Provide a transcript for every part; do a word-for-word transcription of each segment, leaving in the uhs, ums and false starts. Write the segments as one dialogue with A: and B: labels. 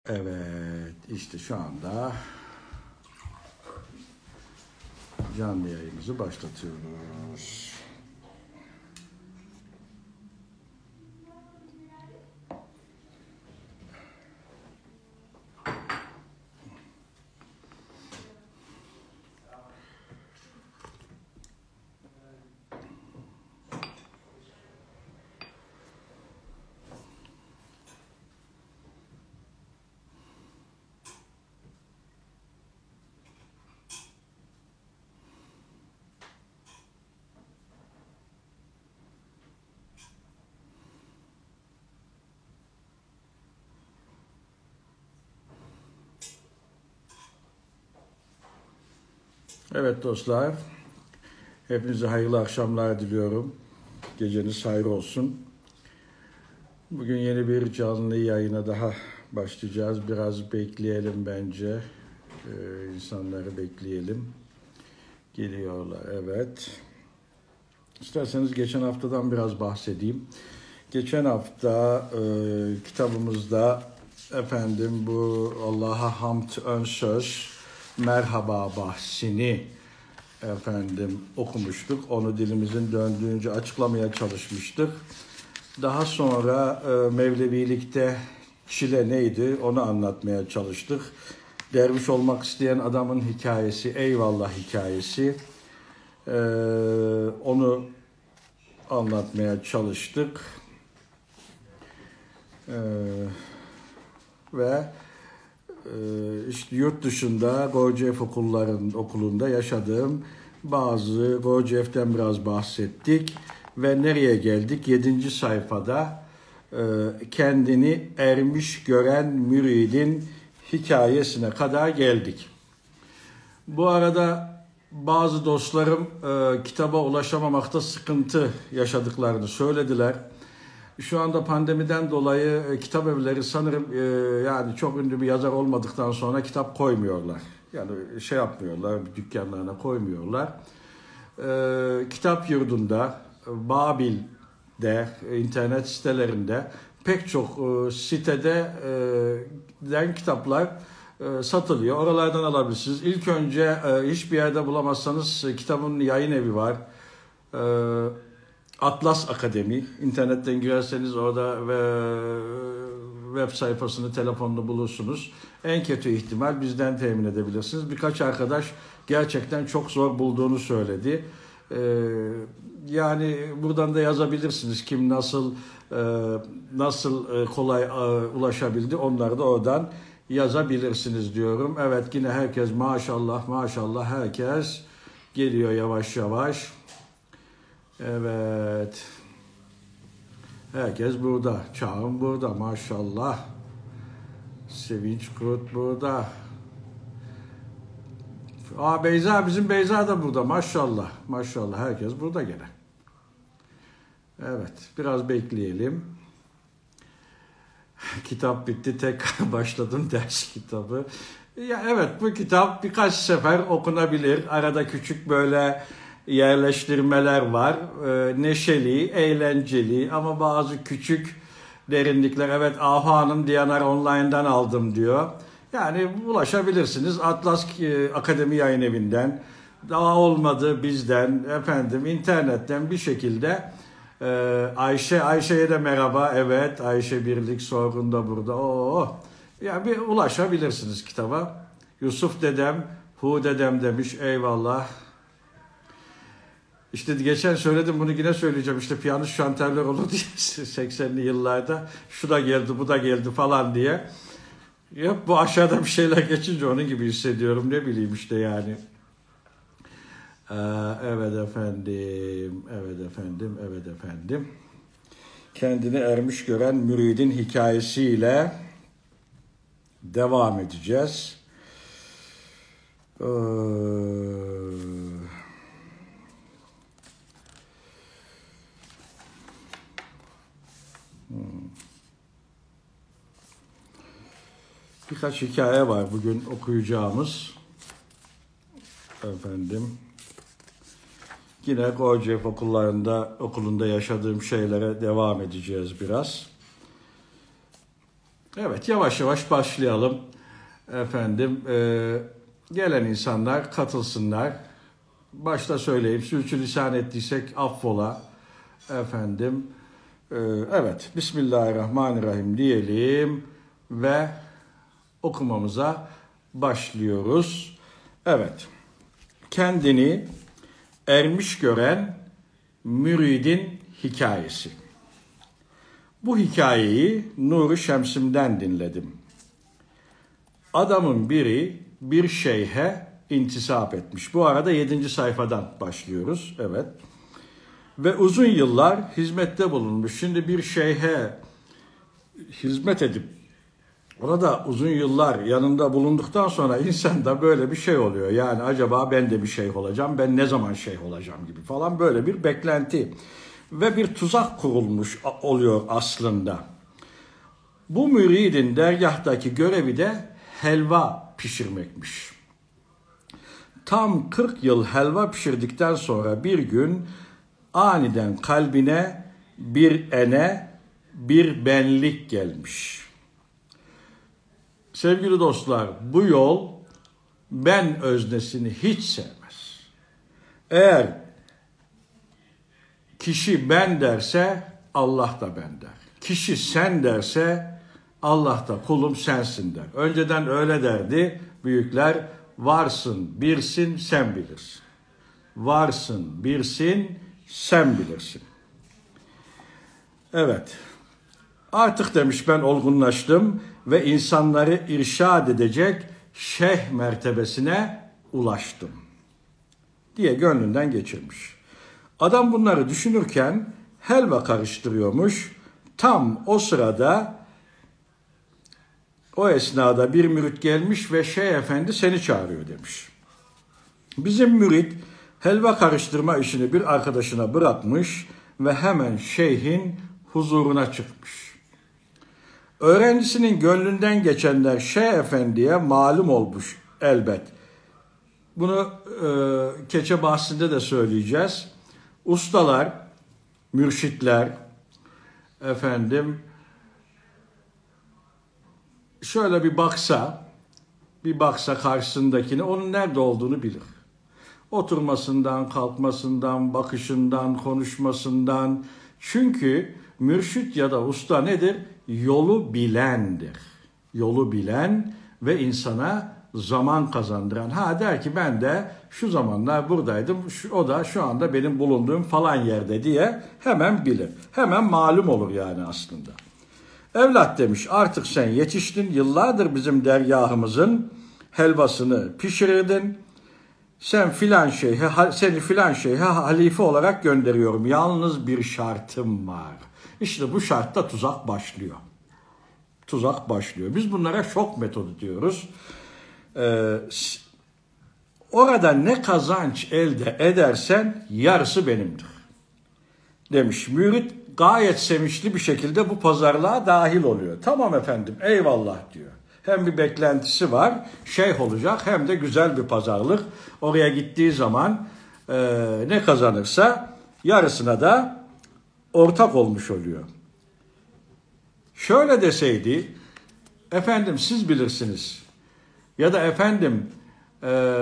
A: Evet, işte şu anda canlı yayınımızı başlatıyoruz. Evet dostlar, hepinize hayırlı akşamlar diliyorum. Geceniz hayır olsun. Bugün yeni bir canlı yayına daha başlayacağız. Biraz bekleyelim bence. Ee, insanları bekleyelim. Geliyorlar, evet. İsterseniz geçen haftadan biraz bahsedeyim. Geçen hafta e, kitabımızda efendim bu Allah'a hamd ön söz merhaba bahsini efendim okumuştuk. Onu dilimizin döndüğünce açıklamaya çalışmıştık. Daha sonra e, Mevlevilikte çile neydi onu anlatmaya çalıştık. Derviş olmak isteyen adamın hikayesi, eyvallah hikayesi. E, onu anlatmaya çalıştık. Ee, ve e, işte yurt dışında Gurdjieff okulların okulunda yaşadığım bazı Gurdjieff'ten biraz bahsettik ve nereye geldik? Yedinci sayfada e, kendini ermiş gören müridin hikayesine kadar geldik. Bu arada bazı dostlarım e, kitaba ulaşamamakta sıkıntı yaşadıklarını söylediler. Şu anda pandemiden dolayı e, kitap evleri sanırım e, yani çok ünlü bir yazar olmadıktan sonra kitap koymuyorlar. Yani şey yapmıyorlar, dükkanlarına koymuyorlar. E, kitap yurdunda, Babil'de, internet sitelerinde pek çok e, sitede e, den kitaplar e, satılıyor. Oralardan alabilirsiniz. İlk önce e, hiçbir yerde bulamazsanız e, kitabın yayın evi var. E, Atlas Akademi. İnternetten girerseniz orada ve web sayfasını telefonla bulursunuz. En kötü ihtimal bizden temin edebilirsiniz. Birkaç arkadaş gerçekten çok zor bulduğunu söyledi. Ee, yani buradan da yazabilirsiniz kim nasıl e, nasıl kolay e, ulaşabildi. Onları da oradan yazabilirsiniz diyorum. Evet yine herkes maşallah maşallah herkes geliyor yavaş yavaş. Evet. Herkes burada. Çağın burada maşallah. Sevinç Kurt burada. Aa Beyza bizim Beyza da burada maşallah. Maşallah herkes burada gene. Evet biraz bekleyelim. Kitap bitti tekrar başladım ders kitabı. Ya evet bu kitap birkaç sefer okunabilir. Arada küçük böyle yerleştirmeler var. E, neşeli, eğlenceli ama bazı küçük derinlikler. Evet Ahu Hanım Diyanar Online'dan aldım diyor. Yani ulaşabilirsiniz. Atlas e, Akademi Yayın Evi'nden. Daha olmadı bizden efendim internetten bir şekilde e, Ayşe Ayşe'ye de merhaba. Evet Ayşe Birlik Sorgun da burada. Oo. Ya bir ulaşabilirsiniz kitaba. Yusuf dedem, Hu dedem demiş. Eyvallah. İşte geçen söyledim bunu yine söyleyeceğim işte piyano şantörler olur diye seksenli yıllarda şu da geldi bu da geldi falan diye. Yok bu aşağıda bir şeyler geçince onun gibi hissediyorum ne bileyim işte yani. Ee, evet efendim, evet efendim, evet efendim. Kendini ermiş gören müridin hikayesiyle devam edeceğiz. Ee, Birkaç hikaye var bugün okuyacağımız. Efendim. Yine Gurdjieff okullarında okulunda yaşadığım şeylere devam edeceğiz biraz. Evet, yavaş yavaş başlayalım. Efendim, e, gelen insanlar katılsınlar. Başta söyleyeyim, sürçülisan ettiysek affola. Efendim, e, evet, Bismillahirrahmanirrahim diyelim ve okumamıza başlıyoruz. Evet, kendini ermiş gören müridin hikayesi. Bu hikayeyi Nur-u Şems'imden dinledim. Adamın biri bir şeyhe intisap etmiş. Bu arada yedinci sayfadan başlıyoruz. Evet. Ve uzun yıllar hizmette bulunmuş. Şimdi bir şeyhe hizmet edip ona da uzun yıllar yanında bulunduktan sonra insanda böyle bir şey oluyor. Yani acaba ben de bir şeyh olacağım, ben ne zaman şeyh olacağım gibi falan böyle bir beklenti. Ve bir tuzak kurulmuş oluyor aslında. Bu müridin dergahtaki görevi de helva pişirmekmiş. Tam kırk yıl helva pişirdikten sonra bir gün aniden kalbine bir ene, bir benlik gelmiş. Sevgili dostlar, bu yol ben öznesini hiç sevmez. Eğer kişi ben derse Allah da ben der. Kişi sen derse Allah da kulum sensin der. Önceden öyle derdi büyükler. Varsın, birsin, sen bilirsin. Varsın, birsin, sen bilirsin. Evet. Artık demiş ben olgunlaştım ve insanları irşad edecek şeyh mertebesine ulaştım diye gönlünden geçirmiş. Adam bunları düşünürken helva karıştırıyormuş. Tam o sırada o esnada bir mürit gelmiş ve Şeyh Efendi seni çağırıyor demiş. Bizim mürit helva karıştırma işini bir arkadaşına bırakmış ve hemen şeyhin huzuruna çıkmış. Öğrencisinin gönlünden geçenler Şeyh Efendi'ye malum olmuş elbet. Bunu e, keçe bahsinde de söyleyeceğiz. Ustalar, mürşitler, efendim şöyle bir baksa, bir baksa karşısındakine onun nerede olduğunu bilir. Oturmasından, kalkmasından, bakışından, konuşmasından. Çünkü mürşit ya da usta nedir? Yolu bilendir. Yolu bilen ve insana zaman kazandıran. Ha der ki ben de şu zamanlar buradaydım, şu, o da şu anda benim bulunduğum falan yerde diye hemen bilir. Hemen malum olur yani aslında. Evlat demiş artık sen yetiştin, yıllardır bizim dergahımızın helvasını pişirirdin. Sen filan şeyhe, seni filan şeyhe halife olarak gönderiyorum. Yalnız bir şartım var. İşte bu şartta tuzak başlıyor. Tuzak başlıyor. Biz bunlara şok metodu diyoruz. Ee, orada ne kazanç elde edersen yarısı benimdir demiş. Mürit gayet sevinçli bir şekilde bu pazarlığa dahil oluyor. Tamam efendim eyvallah diyor. Hem bir beklentisi var şeyh olacak hem de güzel bir pazarlık. Oraya gittiği zaman e, ne kazanırsa yarısına da ortak olmuş oluyor. Şöyle deseydi efendim siz bilirsiniz ya da efendim e,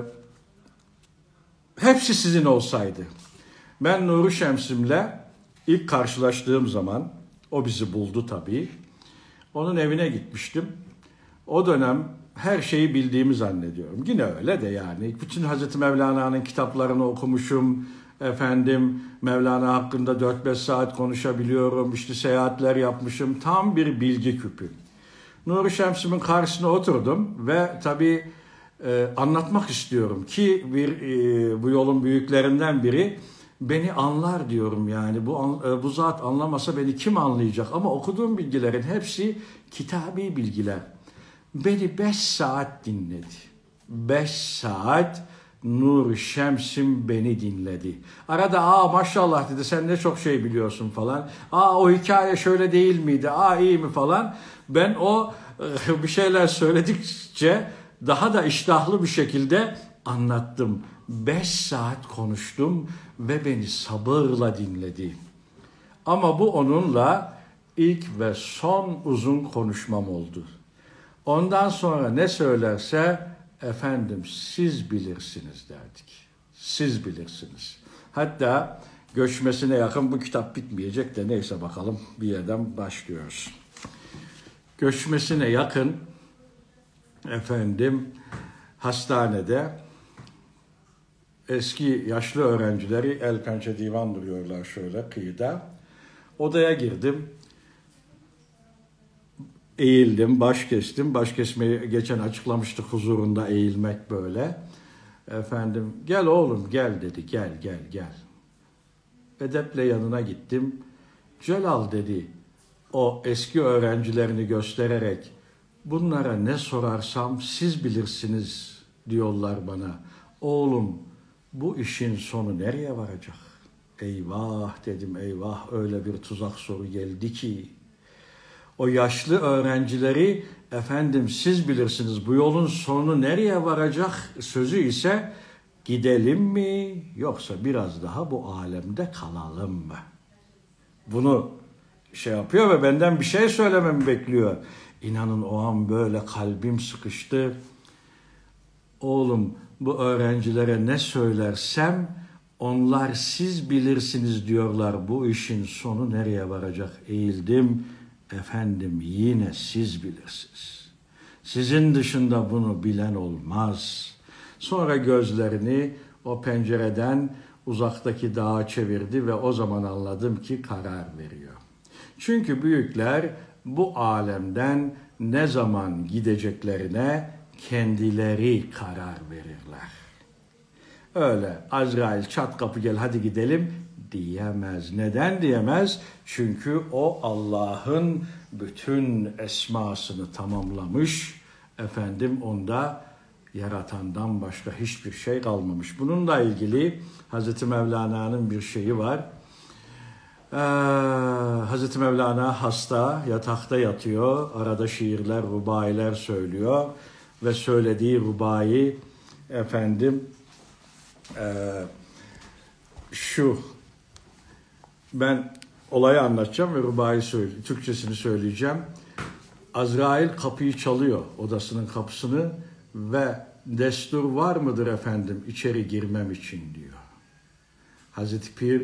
A: hepsi sizin olsaydı. Ben Nur-u Şems'imle ilk karşılaştığım zaman o bizi buldu tabii. Onun evine gitmiştim. O dönem her şeyi bildiğimi zannediyorum. Yine öyle de yani. Bütün Hazreti Mevlana'nın kitaplarını okumuşum. Efendim Mevlana hakkında dört beş saat konuşabiliyorum. İşte seyahatler yapmışım. Tam bir bilgi küpü. Nur-u Şems'imin karşısına oturdum ve tabii e, anlatmak istiyorum ki bir e, bu yolun büyüklerinden biri beni anlar diyorum yani. Bu e, bu zat anlamasa beni kim anlayacak? Ama okuduğum bilgilerin hepsi kitabi bilgiler. Beni beş saat dinledi. Beş saat Nur-u Şems'im beni dinledi. Arada aa maşallah dedi sen ne çok şey biliyorsun falan. Aa o hikaye şöyle değil miydi? Aa iyi mi falan. Ben o bir şeyler söyledikçe daha da iştahlı bir şekilde anlattım. Beş saat konuştum ve beni sabırla dinledi. Ama bu onunla ilk ve son uzun konuşmam oldu. Ondan sonra ne söylerse efendim siz bilirsiniz derdik. Siz bilirsiniz. Hatta göçmesine yakın bu kitap bitmeyecek de neyse bakalım bir yerden başlıyoruz. Göçmesine yakın efendim hastanede eski yaşlı öğrencileri el pençe divan duruyorlar şöyle kıyıda. Odaya girdim. Eğildim, baş kestim. Baş kesmeyi geçen açıklamıştık huzurunda eğilmek böyle. Efendim gel oğlum gel dedi. Gel gel gel. Edeple yanına gittim. Celal dedi. O eski öğrencilerini göstererek bunlara ne sorarsam siz bilirsiniz diyorlar bana. Oğlum bu işin sonu nereye varacak? Eyvah dedim eyvah öyle bir tuzak soru geldi ki. O yaşlı öğrencileri efendim siz bilirsiniz bu yolun sonu nereye varacak sözü ise gidelim mi yoksa biraz daha bu alemde kalalım mı? Bunu şey yapıyor ve benden bir şey söylememi bekliyor. İnanın o an böyle kalbim sıkıştı. Oğlum bu öğrencilere ne söylersem onlar siz bilirsiniz diyorlar. Bu işin sonu nereye varacak? Eğildim. Efendim yine siz bilirsiniz. Sizin dışında bunu bilen olmaz. Sonra gözlerini o pencereden uzaktaki dağa çevirdi ve o zaman anladım ki karar veriyor. Çünkü büyükler bu alemden ne zaman gideceklerine kendileri karar verirler. Öyle Azrail çat kapı gel hadi gidelim diyemez. Neden diyemez? Çünkü o Allah'ın bütün esmasını tamamlamış. Efendim onda yaratandan başka hiçbir şey kalmamış. Bununla ilgili Hazreti Mevlana'nın bir şeyi var. Ee, Hazreti Mevlana hasta, yatakta yatıyor. Arada şiirler, rubailer söylüyor. Ve söylediği rubai efendim e, şu. Ben olayı anlatacağım ve rubai söyle, Türkçesini söyleyeceğim. Azrail kapıyı çalıyor, odasının kapısını ve destur var mıdır efendim içeri girmem için diyor. Hazreti Pir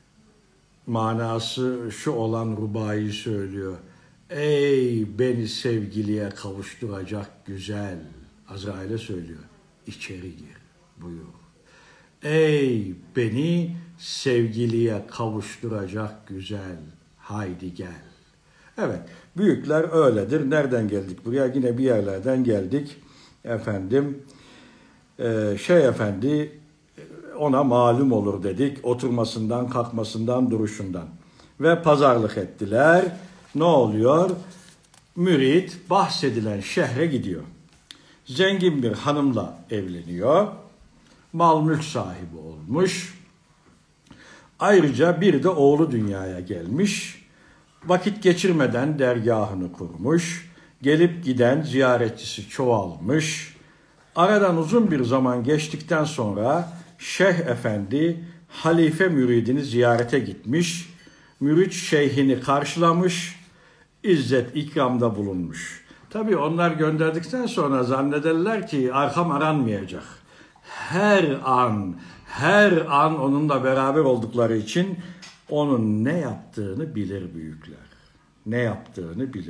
A: manası şu olan rubayı söylüyor. Ey beni sevgiliye kavuşturacak güzel. Azrail'e söylüyor. İçeri gir buyur. Ey beni sevgiliye kavuşturacak güzel. Haydi gel. Evet, büyükler öyledir. Nereden geldik buraya? Yine bir yerlerden geldik. Efendim, e, şey efendi ona malum olur dedik. Oturmasından, kalkmasından, duruşundan. Ve pazarlık ettiler. Ne oluyor? Mürit bahsedilen şehre gidiyor. Zengin bir hanımla evleniyor. Mal mülk sahibi olmuş. Ayrıca bir de oğlu dünyaya gelmiş. Vakit geçirmeden dergahını kurmuş. Gelip giden ziyaretçisi çoğalmış. Aradan uzun bir zaman geçtikten sonra Şeyh Efendi halife müridini ziyarete gitmiş. Mürit şeyhini karşılamış. İzzet ikramda bulunmuş. Tabii onlar gönderdikten sonra zannederler ki arkam aranmayacak. Her an, her an onunla beraber oldukları için onun ne yaptığını bilir büyükler. Ne yaptığını bilir.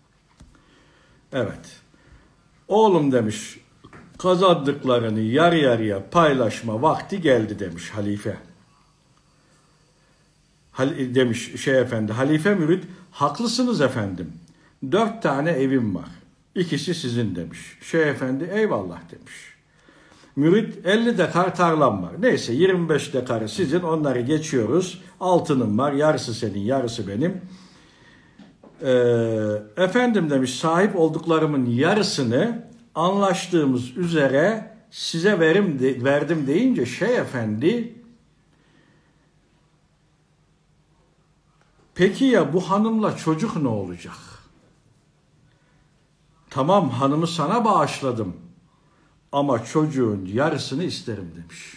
A: Evet. Oğlum demiş, kazandıklarını yarı yarıya paylaşma vakti geldi demiş halife. Hal, demiş şey efendi, halife mürit, haklısınız efendim. Dört tane evim var. İkisi sizin demiş. Şeyh Efendi eyvallah demiş. Mürit elli dekar tarlam var. Neyse yirmi beş dekarı sizin, onları geçiyoruz. Altınım var, yarısı senin, yarısı benim. Ee, efendim demiş, sahip olduklarımın yarısını anlaştığımız üzere size verim de, verdim deyince Şeyh Efendi, peki ya bu hanımla çocuk ne olacak? Tamam hanımı sana bağışladım ama çocuğun yarısını isterim demiş.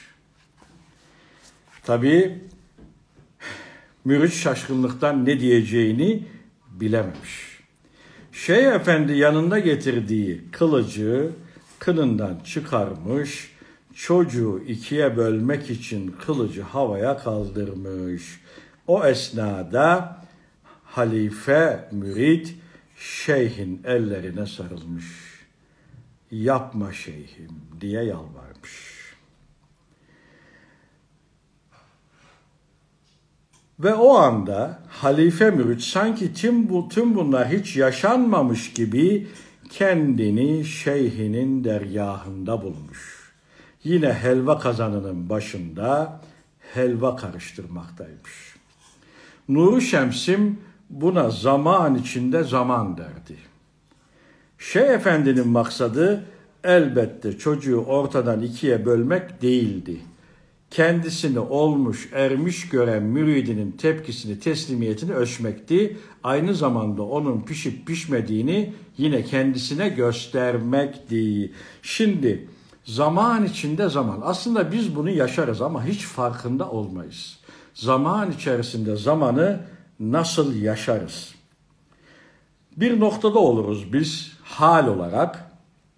A: Tabii mürit şaşkınlıktan ne diyeceğini bilememiş. Şeyh Efendi yanında getirdiği kılıcı kınından çıkarmış, çocuğu ikiye bölmek için kılıcı havaya kaldırmış. O esnada halife mürit şeyhin ellerine sarılmış. Yapma şeyhim diye yalvarmış. Ve o anda halife mürit sanki tüm, bu, tüm bunlar hiç yaşanmamış gibi kendini şeyhinin dergahında bulmuş. Yine helva kazanının başında helva karıştırmaktaymış. Nuru Şemsim buna zaman içinde zaman derdi. Şeyh Efendi'nin maksadı elbette çocuğu ortadan ikiye bölmek değildi. Kendisini olmuş, ermiş gören müridinin tepkisini, teslimiyetini ölçmekti. Aynı zamanda onun pişip pişmediğini yine kendisine göstermekti. Şimdi zaman içinde zaman. Aslında biz bunu yaşarız ama hiç farkında olmayız. Zaman içerisinde zamanı nasıl yaşarız? Bir noktada oluruz biz hal olarak.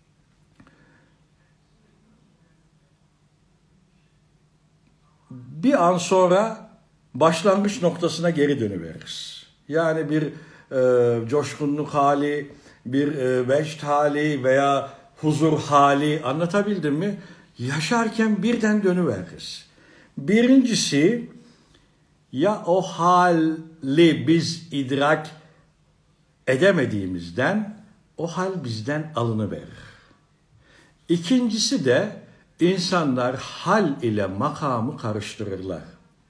A: Bir an sonra başlangıç noktasına geri dönüveririz. Yani bir e, coşkunluk hali, bir e, vecd hali veya huzur hali, anlatabildim mi? Yaşarken birden dönüveririz. Birincisi, ya o hali biz idrak edemediğimizden o hal bizden alınıverir. İkincisi de insanlar hal ile makamı karıştırırlar.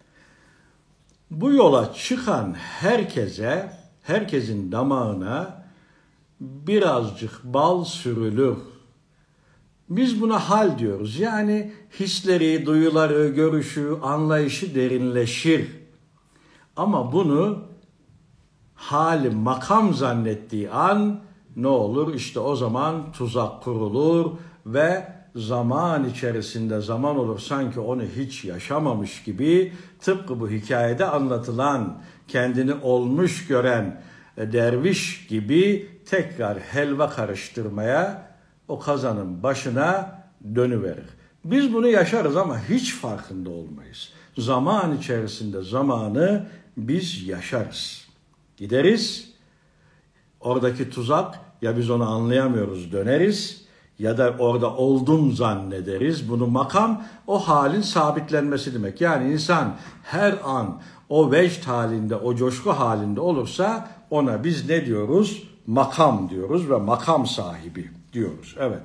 A: Bu yola çıkan herkese, herkesin damağına birazcık bal sürülür. Biz buna hal diyoruz. Yani hisleri, duyuları, görüşü, anlayışı derinleşir. Ama bunu hali makam zannettiği an ne olur? İşte o zaman tuzak kurulur ve zaman içerisinde zaman olur sanki onu hiç yaşamamış gibi, tıpkı bu hikayede anlatılan kendini olmuş gören derviş gibi tekrar helva karıştırmaya o kazanın başına dönüverir. Biz bunu yaşarız ama hiç farkında olmayız. Zaman içerisinde zamanı biz yaşarız. Gideriz, oradaki tuzak ya biz onu anlayamıyoruz döneriz ya da orada oldum zannederiz. Bunu makam o halin sabitlenmesi demek. Yani insan her an o vecd halinde, o coşku halinde olursa ona biz ne diyoruz? Makam diyoruz ve makam sahibi diyoruz. Evet.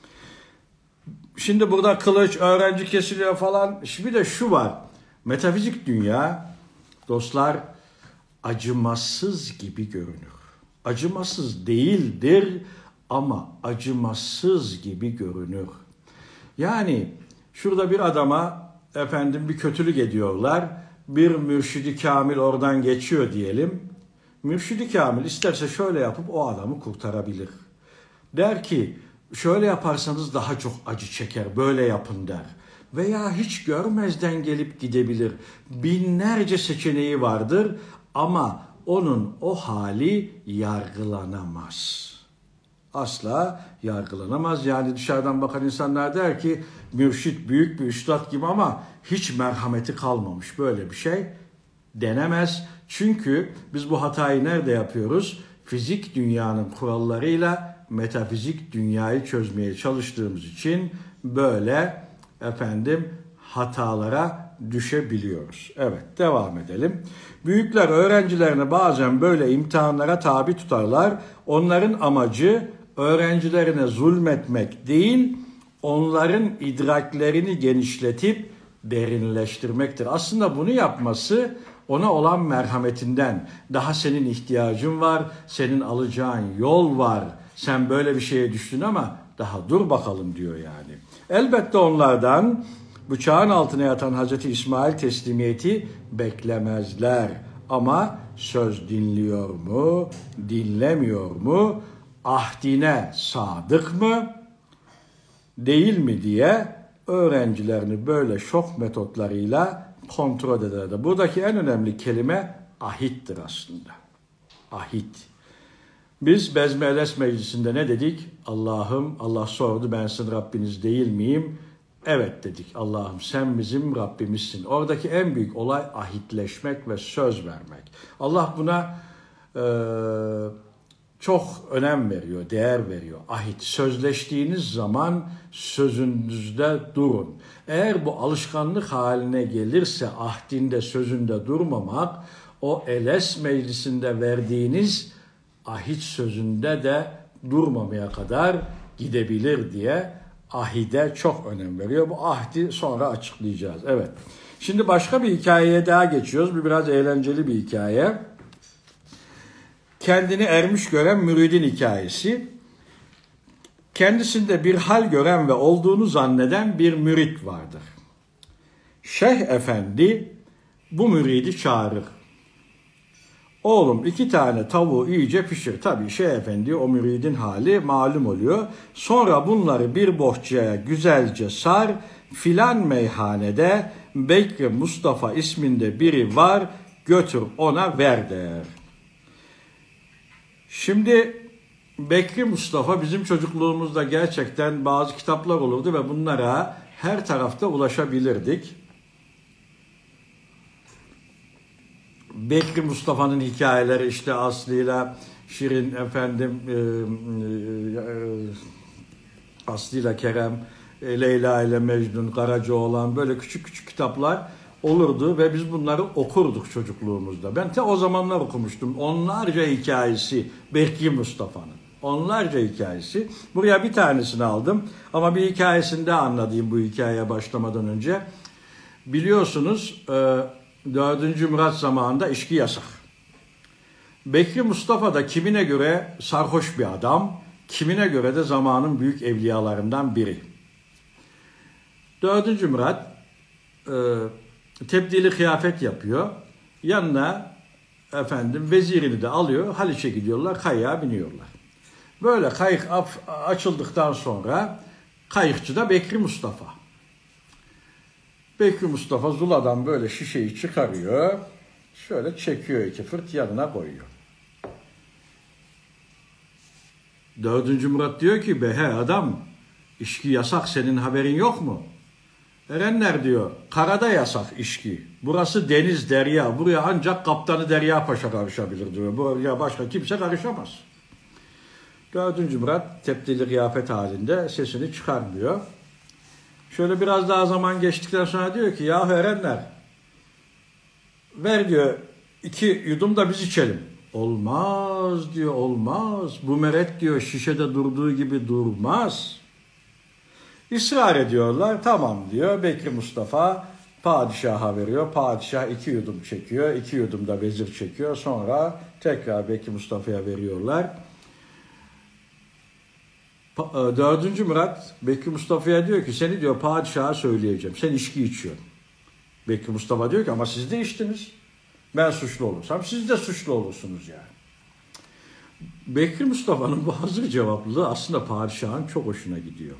A: Şimdi burada kılıç, öğrenci kesiliyor falan. Bir de şu var. Metafizik dünya dostlar acımasız gibi görünür. Acımasız değildir ama acımasız gibi görünür. Yani şurada bir adama efendim bir kötülük ediyorlar. Bir mürşidi kamil oradan geçiyor diyelim. Mürşidi kamil isterse şöyle yapıp o adamı kurtarabilir. Der ki şöyle yaparsanız daha çok acı çeker, böyle yapın der. Veya hiç görmezden gelip gidebilir. Binlerce seçeneği vardır ama onun o hali yargılanamaz. Asla yargılanamaz. Yani dışarıdan bakan insanlar der ki mürşit büyük bir üstad gibi ama hiç merhameti kalmamış. Böyle bir şey denemez. Çünkü biz bu hatayı nerede yapıyoruz? Fizik dünyanın kurallarıyla metafizik dünyayı çözmeye çalıştığımız için böyle efendim hatalara düşebiliyoruz. Evet, devam edelim. Büyükler öğrencilerini bazen böyle imtihanlara tabi tutarlar. Onların amacı öğrencilerine zulmetmek değil, onların idraklerini genişletip derinleştirmektir. Aslında bunu yapması ona olan merhametinden. Daha senin ihtiyacın var, senin alacağın yol var. Sen böyle bir şeye düştün ama daha dur bakalım diyor yani. Elbette onlardan bıçağın altına yatan Hazreti İsmail teslimiyeti beklemezler. Ama söz dinliyor mu, dinlemiyor mu, ahdine sadık mı, değil mi diye öğrencilerini böyle şok metotlarıyla kontrol ederler. Buradaki en önemli kelime ahittir aslında. Ahit. Biz Bezmi Eles Meclisi'nde ne dedik? Allah'ım, Allah sordu ben sizin Rabbiniz değil miyim? Evet dedik. Allah'ım sen bizim Rabbimizsin. Oradaki en büyük olay ahitleşmek ve söz vermek. Allah buna e, çok önem veriyor, değer veriyor. Ahit, sözleştiğiniz zaman sözünüzde durun. Eğer bu alışkanlık haline gelirse ahdinde, sözünde durmamak, o Eles Meclisi'nde verdiğiniz ahit sözünde de durmamaya kadar gidebilir diye ahide çok önem veriyor. Bu ahdi sonra açıklayacağız. Evet. Şimdi başka bir hikayeye daha geçiyoruz. Bu biraz eğlenceli bir hikaye. Kendini ermiş gören müridin hikayesi. Kendisinde bir hal gören ve olduğunu zanneden bir mürit vardır. Şeyh Efendi bu müridi çağırır. Oğlum iki tane tavuğu iyice pişir. Tabii Şeyh Efendi o müridin hali malum oluyor. Sonra bunları bir bohçaya güzelce sar. Filan meyhanede Bekri Mustafa isminde biri var. Götür ona ver der. Şimdi Bekri Mustafa bizim çocukluğumuzda gerçekten bazı kitaplar olurdu ve bunlara her tarafta ulaşabilirdik. Bekri Mustafa'nın hikayeleri işte Aslı'yla Şirin efendim e, e, Aslı'yla Kerem, e, Leyla ile Mecnun, Karacaoğlan böyle küçük küçük kitaplar olurdu ve biz bunları okurduk çocukluğumuzda. Ben de o zamanlar okumuştum. Onlarca hikayesi Bekri Mustafa'nın. Onlarca hikayesi. Buraya bir tanesini aldım ama bir hikayesini de anlatayım bu hikayeye başlamadan önce. Biliyorsunuz e, dördüncü Murat zamanında içki yasak. Bekri Mustafa da kimine göre sarhoş bir adam, kimine göre de zamanın büyük evliyalarından biri. dördüncü Murat e, tebdili kıyafet yapıyor. Yanına efendim vezirini de alıyor. Haliç'e gidiyorlar, kayığa biniyorlar. Böyle kayık açıldıktan sonra kayıkçı da Bekri Mustafa. Bekri Mustafa Zula'dan böyle şişeyi çıkarıyor. Şöyle çekiyor iki fırt yanına koyuyor. Dördüncü Murat diyor ki be he adam içki yasak senin haberin yok mu? Erenler diyor karada yasak içki. Burası deniz derya. Buraya ancak kaptanı Derya Paşa karışabilir diyor. Buraya başka kimse karışamaz. Dördüncü Murat tebdili kıyafet halinde sesini çıkarmıyor. Şöyle biraz daha zaman geçtikten sonra diyor ki yahu erenler ver diyor iki yudum da biz içelim. Olmaz diyor olmaz. Bu meret diyor şişede durduğu gibi durmaz. İsrar ediyorlar. Tamam diyor. Bekri Mustafa padişaha veriyor. Padişah iki yudum çekiyor. iki yudum da vezir çekiyor. Sonra tekrar Bekri Mustafa'ya veriyorlar. Dördüncü Murat Bekri Mustafa'ya diyor ki seni diyor padişaha söyleyeceğim. Sen içki içiyorsun. Bekri Mustafa diyor ki ama siz de içtiniz. Ben suçlu olursam siz de suçlu olursunuz yani. Bekri Mustafa'nın bu hazır cevaplılığı aslında padişahın çok hoşuna gidiyor.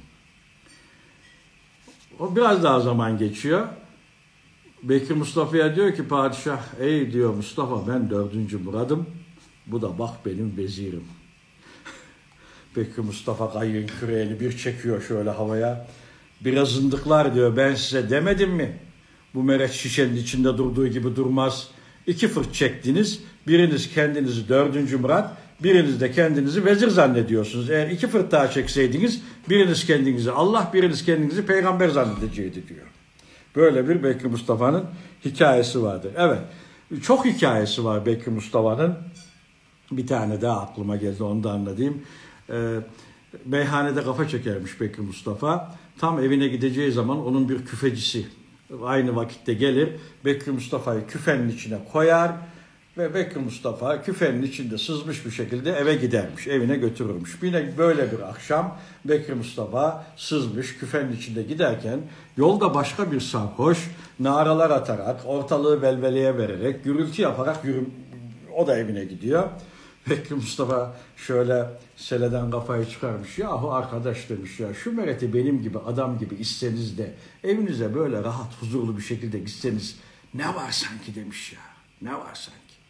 A: O biraz daha zaman geçiyor. Bekri Mustafa'ya diyor ki padişah ey diyor Mustafa ben dördüncü Murad'ım. Bu da bak benim vezirim. Bekri Mustafa kayığın küreğini bir çekiyor şöyle havaya. Biraz zındıklar diyor ben size demedim mi? Bu meret şişenin içinde durduğu gibi durmaz. İki fırt çektiniz. Biriniz kendinizi dördüncü Murat, biriniz de kendinizi vezir zannediyorsunuz. Eğer iki fırt daha çekseydiniz biriniz kendinizi Allah, biriniz kendinizi peygamber zannedeceğiydi diyor. Böyle bir Bekri Mustafa'nın hikayesi vardır. Evet, çok hikayesi var Bekri Mustafa'nın. Bir tane daha aklıma geldi onu da anlatayım. Ee, meyhanede kafa çekermiş Bekri Mustafa. Tam evine gideceği zaman onun bir küfecisi aynı vakitte gelir. Bekri Mustafa'yı küfenin içine koyar ve Bekri Mustafa küfenin içinde sızmış bir şekilde eve gidermiş. Evine götürürmüş. Yine böyle bir akşam Bekri Mustafa sızmış küfenin içinde giderken yolda başka bir sarhoş naralar atarak ortalığı velveleye vererek gürültü yaparak yürü, o da evine gidiyor. Bekri Mustafa şöyle seleden kafayı çıkarmış. Yahu arkadaş demiş ya şu mereti benim gibi adam gibi içseniz de evinize böyle rahat huzurlu bir şekilde gitseniz ne var sanki demiş ya. Ne var sanki.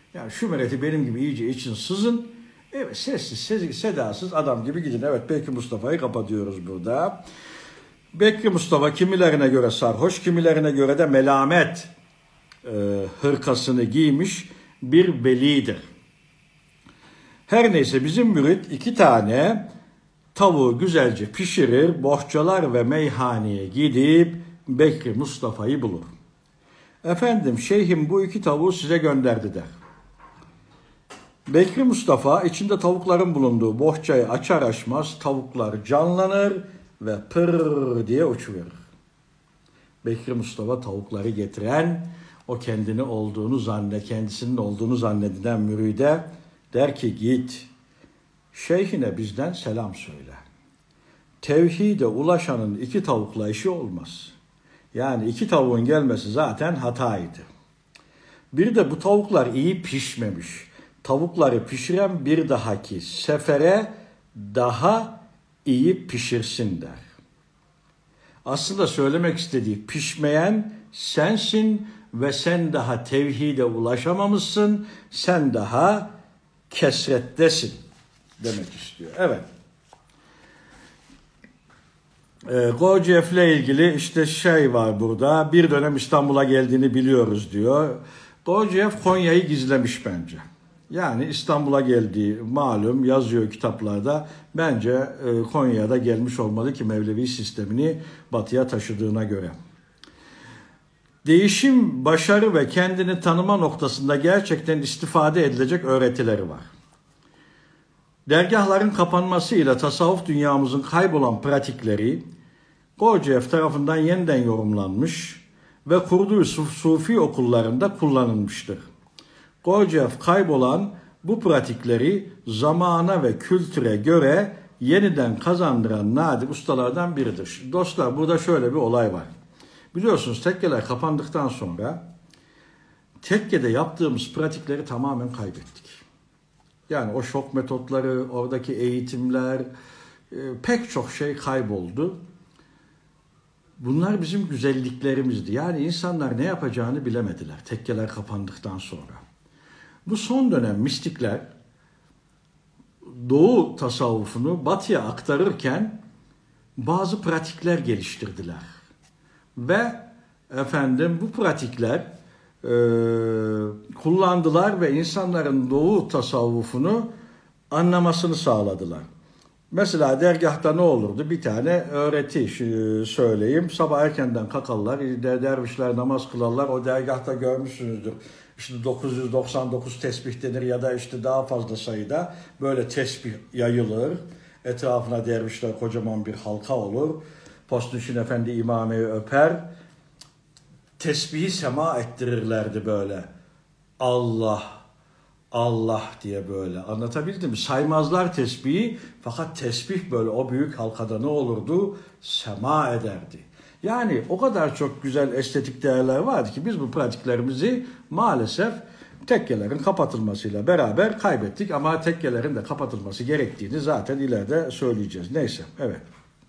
A: Yani şu mereti benim gibi iyice için sızın. Evet, sessiz, sessiz, sedasız adam gibi gidin. Evet, Bekri Mustafa'yı kapatıyoruz burada. Bekri Mustafa kimilerine göre sarhoş, kimilerine göre de melamet e, hırkasını giymiş bir velidir. Her neyse bizim mürit iki tane tavuğu güzelce pişirir, bohçalar ve meyhaneye gidip Bekri Mustafa'yı bulur. Efendim şeyhim bu iki tavuğu size gönderdi der. Bekri Mustafa içinde tavukların bulunduğu bohçayı açar açmaz tavuklar canlanır ve pır diye uçuverir. Bekri Mustafa tavukları getiren, o kendini olduğunu zannet, kendisinin olduğunu zannedilen müride der ki git, şeyhine bizden selam söyle. Tevhide ulaşanın iki tavukla işi olmaz. Yani iki tavuğun gelmesi zaten hataydı. Bir de bu tavuklar iyi pişmemiş. Tavukları pişiren bir dahaki sefere daha iyi pişirsin der. Aslında söylemek istediği pişmeyen sensin ve sen daha tevhide ulaşamamışsın, sen daha kesrettesin demek istiyor. Evet. E, Gurdjieff ile ilgili işte şey var burada, bir dönem İstanbul'a geldiğini biliyoruz diyor. Gurdjieff Konya'yı gizlemiş bence. Yani İstanbul'a geldiği malum, yazıyor kitaplarda. Bence e, Konya'da gelmiş olmalı ki Mevlevi sistemini batıya taşıdığına göre. Değişim, başarı ve kendini tanıma noktasında gerçekten istifade edilecek öğretileri var. Dergahların kapanmasıyla tasavvuf dünyamızın kaybolan pratikleri Gurdjieff tarafından yeniden yorumlanmış ve kurduğu sufi okullarında kullanılmıştır. Gurdjieff kaybolan bu pratikleri zamana ve kültüre göre yeniden kazandıran nadir ustalardan biridir. Dostlar, burada şöyle bir olay var. Biliyorsunuz tekkeler kapandıktan sonra tekkede yaptığımız pratikleri tamamen kaybettik. Yani o şok metotları, oradaki eğitimler, e, pek çok şey kayboldu. Bunlar bizim güzelliklerimizdi. Yani insanlar ne yapacağını bilemediler tekkeler kapandıktan sonra. Bu son dönem mistikler Doğu tasavvufunu Batı'ya aktarırken bazı pratikler geliştirdiler. Ve efendim bu pratikler e, kullandılar ve insanların Doğu tasavvufunu anlamasını sağladılar. Mesela dergahta ne olurdu? Bir tane öğreti söyleyeyim. Sabah erkenden kalkarlar, dervişler namaz kılarlar. O dergahta görmüşsünüzdür. İşte dokuz yüz doksan dokuz tesbih denir ya da işte daha fazla sayıda böyle tesbih yayılır. Etrafına dervişler kocaman bir halka olur. Postnüşin Efendi imameyi öper. Tesbihi sema ettirirlerdi böyle. Allah, Allah diye böyle. Anlatabildim mi? Saymazlar tesbihi, fakat tesbih böyle o büyük halkada ne olurdu? Sema ederdi. Yani o kadar çok güzel estetik değerler vardı ki biz bu pratiklerimizi maalesef tekkelerin kapatılmasıyla beraber kaybettik. Ama tekkelerin de kapatılması gerektiğini zaten ileride söyleyeceğiz. Neyse, evet.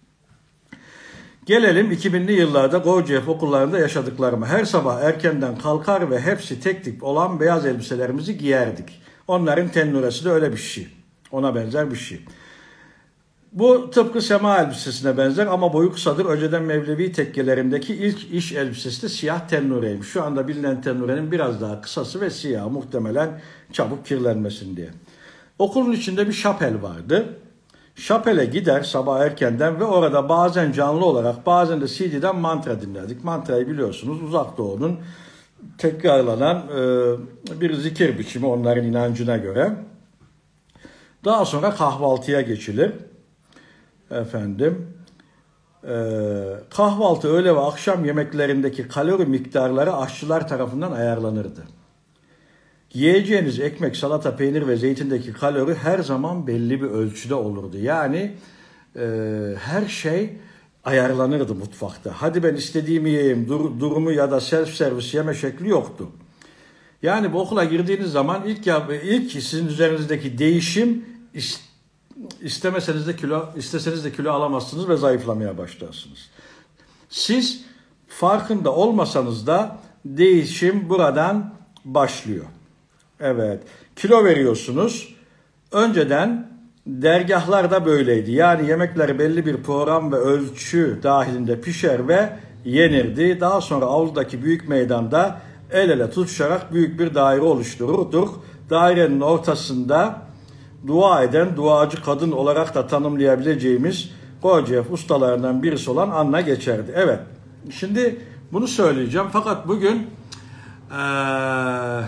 A: Gelelim iki binli yıllarda Gurdjieff okullarında yaşadıklarıma. Her sabah erkenden kalkar ve hepsi tek tip olan beyaz elbiselerimizi giyerdik. Onların tennuresi de öyle bir şey. Ona benzer bir şey. Bu tıpkı sema elbisesine benzer ama boyu kısadır. Önceden Mevlevi tekkelerindeki ilk iş elbisesi de siyah tennureymiş. Şu anda bilinen tennurenin biraz daha kısası ve siyah, muhtemelen çabuk kirlenmesin diye. Okulun içinde bir şapel vardı. Şapele gider sabah erkenden ve orada bazen canlı olarak bazen de C D'den mantra dinlerdik. Mantrayı biliyorsunuz, Uzak Doğu'nun tekrarlanan e, bir zikir biçimi onların inancına göre. Daha sonra kahvaltıya geçilir. Efendim, e, kahvaltı, öğle ve akşam yemeklerindeki kalori miktarları aşçılar tarafından ayarlanırdı. Yiyeceğiniz ekmek, salata, peynir ve zeytindeki kalori her zaman belli bir ölçüde olurdu. Yani e, her şey ayarlanırdı mutfakta. Hadi ben istediğimi yiyeyim, dur, durumu ya da self servis yeme şekli yoktu. Yani bu okula girdiğiniz zaman ilk ilk sizin üzerinizdeki değişim, istemeseniz de kilo, isteseniz de kilo alamazsınız ve zayıflamaya başlarsınız. Siz farkında olmasanız da değişim buradan başlıyor. Evet. Kilo veriyorsunuz. Önceden dergahlarda böyleydi. Yani yemekler belli bir program ve ölçü dahilinde pişer ve yenirdi. Daha sonra avludaki büyük meydanda el ele tutuşarak büyük bir daire oluştururduk. Dairenin ortasında dua eden duacı kadın olarak da tanımlayabileceğimiz Gurdjieff ustalarından birisi olan Anna geçerdi. Evet. Şimdi bunu söyleyeceğim. Fakat bugün ee,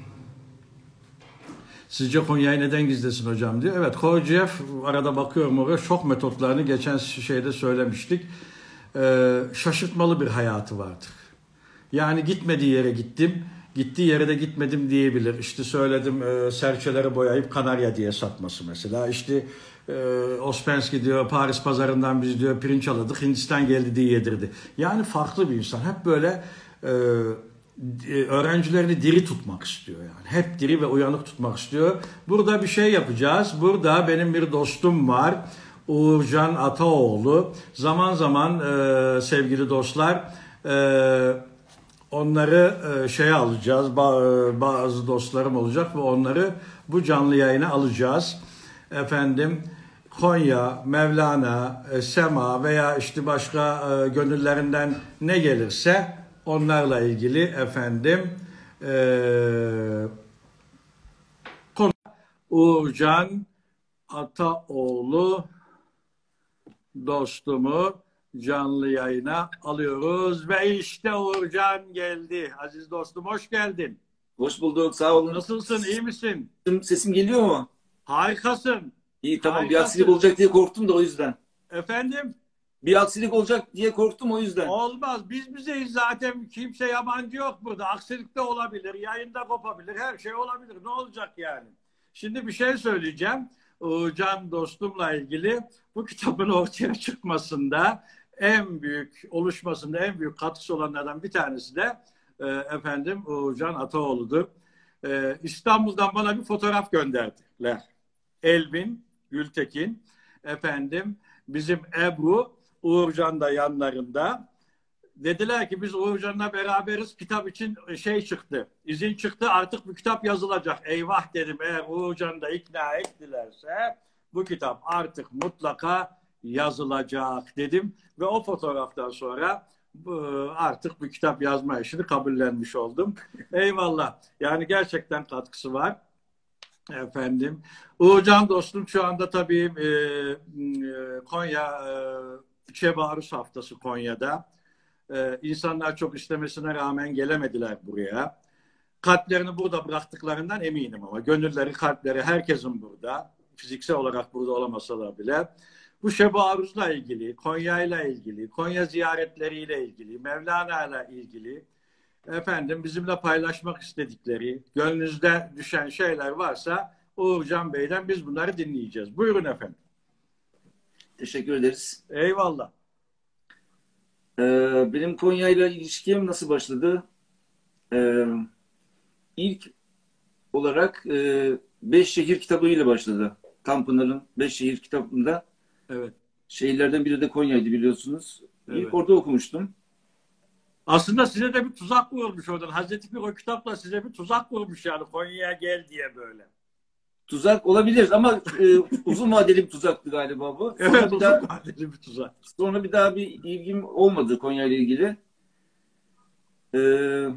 A: sizce Konya'yı neden gizlesin hocam diyor. Evet, Gurdjieff, arada bakıyorum oraya, şok metotlarını geçen şeyde söylemiştik. Ee, şaşırtmalı bir hayatı vardır. Yani gitmediği yere gittim, gittiği yere de gitmedim diyebilir. İşte söyledim, e, serçeleri boyayıp Kanarya diye satması mesela. İşte e, Ouspensky diyor, Paris pazarından biz diyor pirinç aladık, Hindistan geldi diye yedirdi. Yani farklı bir insan. Hep böyle e, öğrencilerini diri tutmak istiyor yani. Hep diri ve uyanık tutmak istiyor. Burada bir şey yapacağız. Burada benim bir dostum var. Uğurcan Ataoğlu. Zaman zaman e, sevgili dostlar, e, onları e, şeye alacağız. Ba- bazı dostlarım olacak ve onları bu canlı yayına alacağız. Efendim, Konya, Mevlana, e, Sema veya işte başka e, gönüllerinden ne gelirse onlarla ilgili efendim e, konu Uğurcan Ataoğlu dostumu canlı yayına alıyoruz ve işte Uğurcan geldi. Aziz dostum, hoş geldin.
B: Hoş bulduk, sağ olun.
A: Nasılsın, iyi misin?
B: Sesim geliyor mu?
A: Harikasın.
B: İyi, tamam.
A: Harikasın.
B: Bir aksilik olacak diye korktum da o yüzden.
A: Efendim?
B: Bir aksilik olacak diye korktum o yüzden.
A: Olmaz. Biz bizeyiz zaten. Kimse yabancı yok burada. Aksilik de olabilir. Yayında kopabilir. Her şey olabilir. Ne olacak yani? Şimdi bir şey söyleyeceğim. Can dostumla ilgili bu kitabın ortaya çıkmasında en büyük, oluşmasında en büyük katkısı olanlardan bir tanesi de e, efendim Uğurcan Ataoğlu'dur. E, İstanbul'dan bana bir fotoğraf gönderdiler. Elvin Gültekin, efendim bizim Ebru, Uğurcan da yanlarında. Dediler ki biz Uğurcan'la beraberiz, kitap için şey çıktı, izin çıktı, artık bu kitap yazılacak. Eyvah dedim, eğer Uğurcan'ı da ikna ettilerse bu kitap artık mutlaka yazılacak dedim. Ve o fotoğraftan sonra artık bu kitap yazma işini kabullenmiş oldum. Eyvallah. Yani gerçekten katkısı var. Efendim. Uğurcan dostum şu anda tabii e, Konya e, Çeba Arus Haftası Konya'da. Ee, insanlar çok istemesine rağmen gelemediler buraya. Kalplerini burada bıraktıklarından eminim ama gönülleri, kalpleri herkesin burada. Fiziksel olarak burada olamasalar bile. Bu Şeb-i Aruz'la ilgili, Konya'yla ilgili, Konya ziyaretleriyle ilgili, Mevlana'yla ilgili efendim bizimle paylaşmak istedikleri, gönlünüzde düşen şeyler varsa Uğurcan Bey'den biz bunları dinleyeceğiz. Buyurun efendim.
B: Teşekkür ederiz.
A: Eyvallah.
B: Ee, benim Konya'yla ilişkim nasıl başladı? Ee, ilk olarak e, Beş Şehir kitabıyla başladı. Tanpınar'ın Beş Şehir kitabında.
A: Evet.
B: Şehirlerden biri de Konya'ydı biliyorsunuz.
A: Evet.
B: İlk orada okumuştum.
A: Aslında size de bir tuzak kurulmuş oradan. Hazreti Pir o kitapla size bir tuzak kurmuş yani Konya'ya gel diye böyle.
B: Tuzak olabilir ama e, uzun vadeli bir tuzaktı galiba bu. Sonra
A: Evet,
B: bir
A: uzun
B: daha,
A: vadeli bir tuzak.
B: Sonra bir daha bir ilgim olmadı Konya ile ilgili. Ee,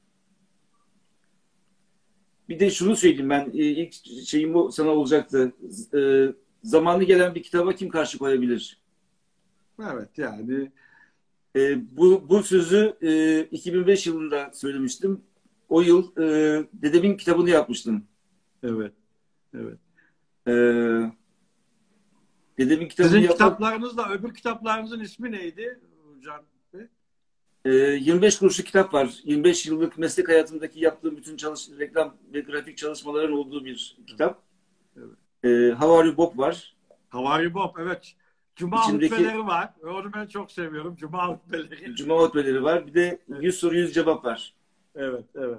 B: bir de şunu söyleyeyim ben. E, ilk şeyim bu sana olacaktı. E, zamanı gelen bir kitaba kim karşı koyabilir?
A: Evet yani.
B: E, bu, bu sözü e, iki bin beş yılında söylemiştim. O yıl e, dedemin kitabını yapmıştım.
A: Evet. Evet.
B: E, dedemin kitabını
A: Sizin
B: yapmak...
A: kitaplarınızla öbür kitaplarınızın ismi neydi Can Bey?
B: E, yirmi beş kuruşluk kitap var. yirmi beş yıllık meslek hayatımdaki yaptığım bütün çalış reklam ve grafik çalışmaların olduğu bir kitap.
A: Evet.
B: E, How Are You Bob var.
A: How Are You Bob? Evet. Cuma
B: İçindeki...
A: hutbeleri var. Onu ben çok seviyorum. Cuma hutbeleri.
B: Cuma hutbeleri var. Bir de evet. yüz soru yüz cevap var.
A: Evet, evet.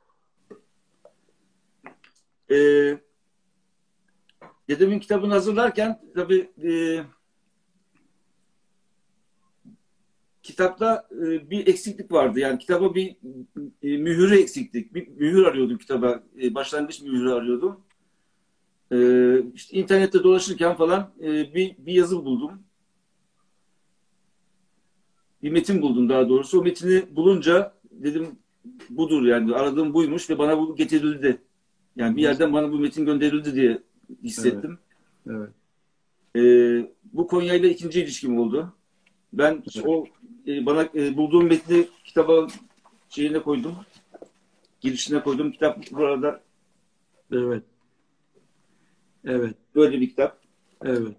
B: Ee, dedemin kitabını hazırlarken tabii e, kitapta e, bir eksiklik vardı. Yani kitaba bir e, mühürü eksiklik. Bir mühür arıyordum kitaba. E, başlangıç mühürü arıyordum. E, işte internette dolaşırken falan e, bir, bir yazı buldum. Bir metin buldum daha doğrusu. O metini bulunca dedim budur yani. Aradığım buymuş ve bana bu getirildi. Yani bir yerden bana bu metin gönderildi diye hissettim.
A: Evet.
B: E, bu Konya ile ikinci ilişkim oldu. Ben
A: Evet.
B: o e, bana e, bulduğum metni kitaba şeyine koydum. Girişine koydum. Kitap burada
A: Evet. Evet.
B: böyle bir kitap.
A: Evet.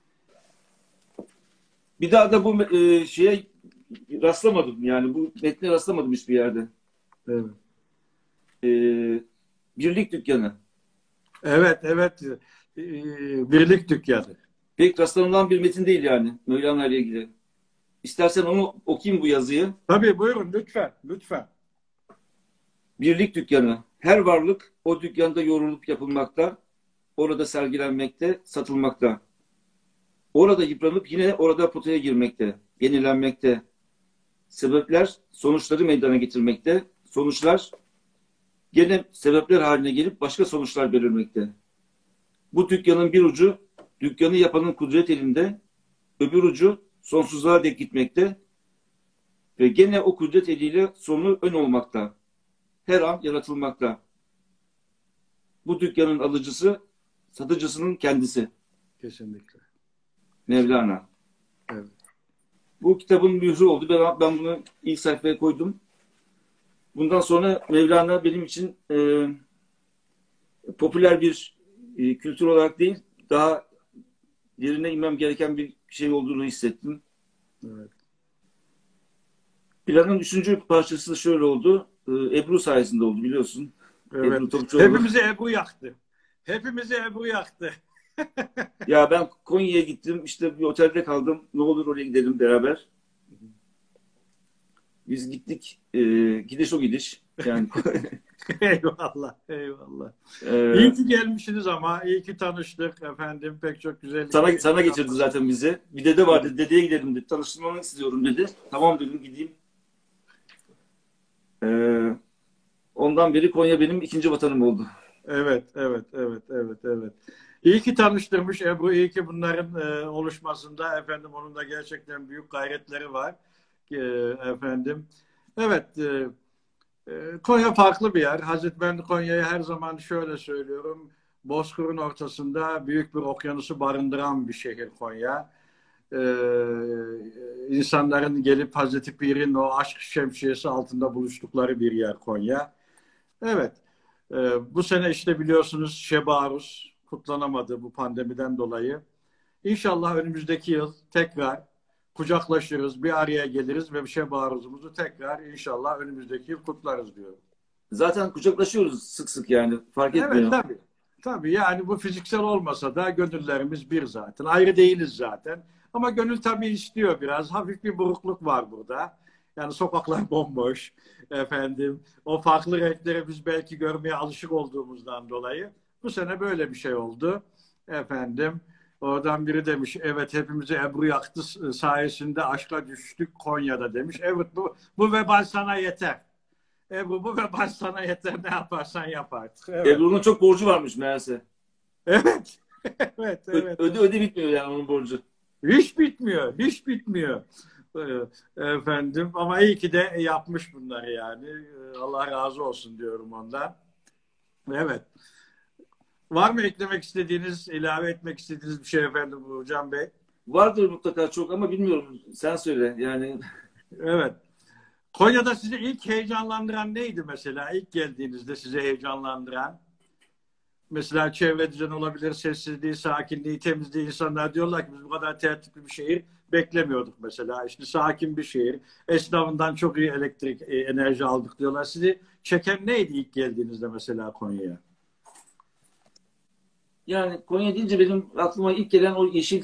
B: Bir daha da bu e, şeye rastlamadım. Yani bu metne rastlamadım hiçbir yerde.
A: Evet.
B: E, Birlik Dükkanı.
A: Evet. Evet. Ee, Birlik dükkanı.
B: Pek rastlanılan bir metin değil yani Mevlana ile ilgili. İstersen onu okuyayım bu yazıyı.
A: Tabii buyurun lütfen. Lütfen.
B: Birlik Dükkanı. Her varlık o dükkanda yoğrulup yapılmakta, orada sergilenmekte, satılmakta. Orada yıpranıp yine orada potaya girmekte, yenilenmekte. Sebepler sonuçları meydana getirmekte. Sonuçlar gene sebepler haline gelip başka sonuçlar belirmekte. Bu dükkanın bir ucu dükkanı yapanın kudret elinde, öbür ucu sonsuzluğa dek gitmekte ve gene o kudret eliyle sonu ön olmakta. Her an yaratılmakta. Bu dükkanın alıcısı satıcısının kendisi.
A: Kesinlikle.
B: Mevlana.
A: Evet.
B: Bu kitabın mührü oldu. Ben, ben bunu ilk sayfaya koydum. Bundan sonra Mevlana benim için e, popüler bir e, kültür olarak değil, daha derine inmem gereken bir şey olduğunu hissettim.
A: Evet.
B: Planın üçüncü parçası şöyle oldu. E, Ebru sayesinde oldu biliyorsun.
A: Evet.
B: Ebru Topçuoğlu.
A: Hepimizi Ebru yaktı. Hepimizi Ebru yaktı.
B: Ya ben Konya'ya gittim. İşte bir otelde kaldım. Ne olur oraya gidelim beraber. Biz gittik. E, gidiş o gidiş. Yani
A: Eyvallah, eyvallah.
B: e,
A: İyi ki gelmişsiniz ama iyi ki tanıştık efendim. Pek çok güzel.
B: sana sana getirdi zaten bizi. Bir dede vardı. Dedeye gidelim dedi. Tanıştırmanı istiyorum dedi. Tamam dedim gideyim. E, ondan beri Konya benim ikinci vatanım oldu.
A: Evet, evet, evet, evet, evet. İyi ki tanıştırmış Ebru. İyi ki bunların e, oluşmasında efendim onun da gerçekten büyük gayretleri var. E, efendim. Evet, e, e, Konya farklı bir yer. Hazreti ben Konya'yı her zaman şöyle söylüyorum. Bozkır'ın ortasında büyük bir okyanusu barındıran bir şehir Konya. Ee, insanların gelip Hazreti Pir'in o aşk şemsiyesi altında buluştukları bir yer Konya. Evet. Ee, bu sene işte biliyorsunuz Şeb-i Aruz kutlanamadı bu pandemiden dolayı. İnşallah önümüzdeki yıl tekrar kucaklaşırız, bir araya geliriz ve Şeb-i Aruz'umuzu tekrar inşallah önümüzdeki yıl kutlarız diyorum.
B: Zaten kucaklaşıyoruz sık sık yani. Fark
A: Evet
B: etmiyor.
A: tabii. Tabii yani bu fiziksel olmasa da gönüllerimiz bir zaten. Ayrı değiliz zaten. Ama gönül tabii istiyor biraz. Hafif bir burukluk var burada. Yani sokaklar bomboş. Efendim o farklı renkleri biz belki görmeye alışık olduğumuzdan dolayı. Bu sene böyle bir şey oldu. Efendim oradan biri demiş evet hepimizi Ebru yaktı sayesinde aşka düştük Konya'da demiş. Evet bu, bu vebal sana yeter. Ebru bu vebal sana yeter ne yaparsan yap artık. Evet.
B: Ebru'nun çok borcu varmış meğerse.
A: Evet. Evet,
B: Ö-
A: evet.
B: öde öde bitmiyor yani onun borcu.
A: Hiç bitmiyor, hiç bitmiyor. Ee, Efendim ama iyi ki de yapmış bunları yani. Ee, Allah razı olsun diyorum ondan. Evet. Var mı eklemek istediğiniz, ilave etmek istediğiniz bir şey efendim Burcan Bey?
B: Vardır mutlaka çok ama bilmiyorum. Sen söyle yani.
A: Evet. Konya'da sizi ilk heyecanlandıran neydi mesela? İlk geldiğinizde sizi heyecanlandıran? Mesela çevre düzen olabilir, sessizliği, sakinliği, temizliği. İnsanlar diyorlar ki biz bu kadar tertipli bir şehir beklemiyorduk mesela. İşte sakin bir şehir. Esnafından çok iyi elektrik, e, enerji aldık diyorlar. Sizi çeken neydi ilk geldiğinizde mesela Konya'ya?
B: Yani Konya deyince benim aklıma ilk gelen o yeşil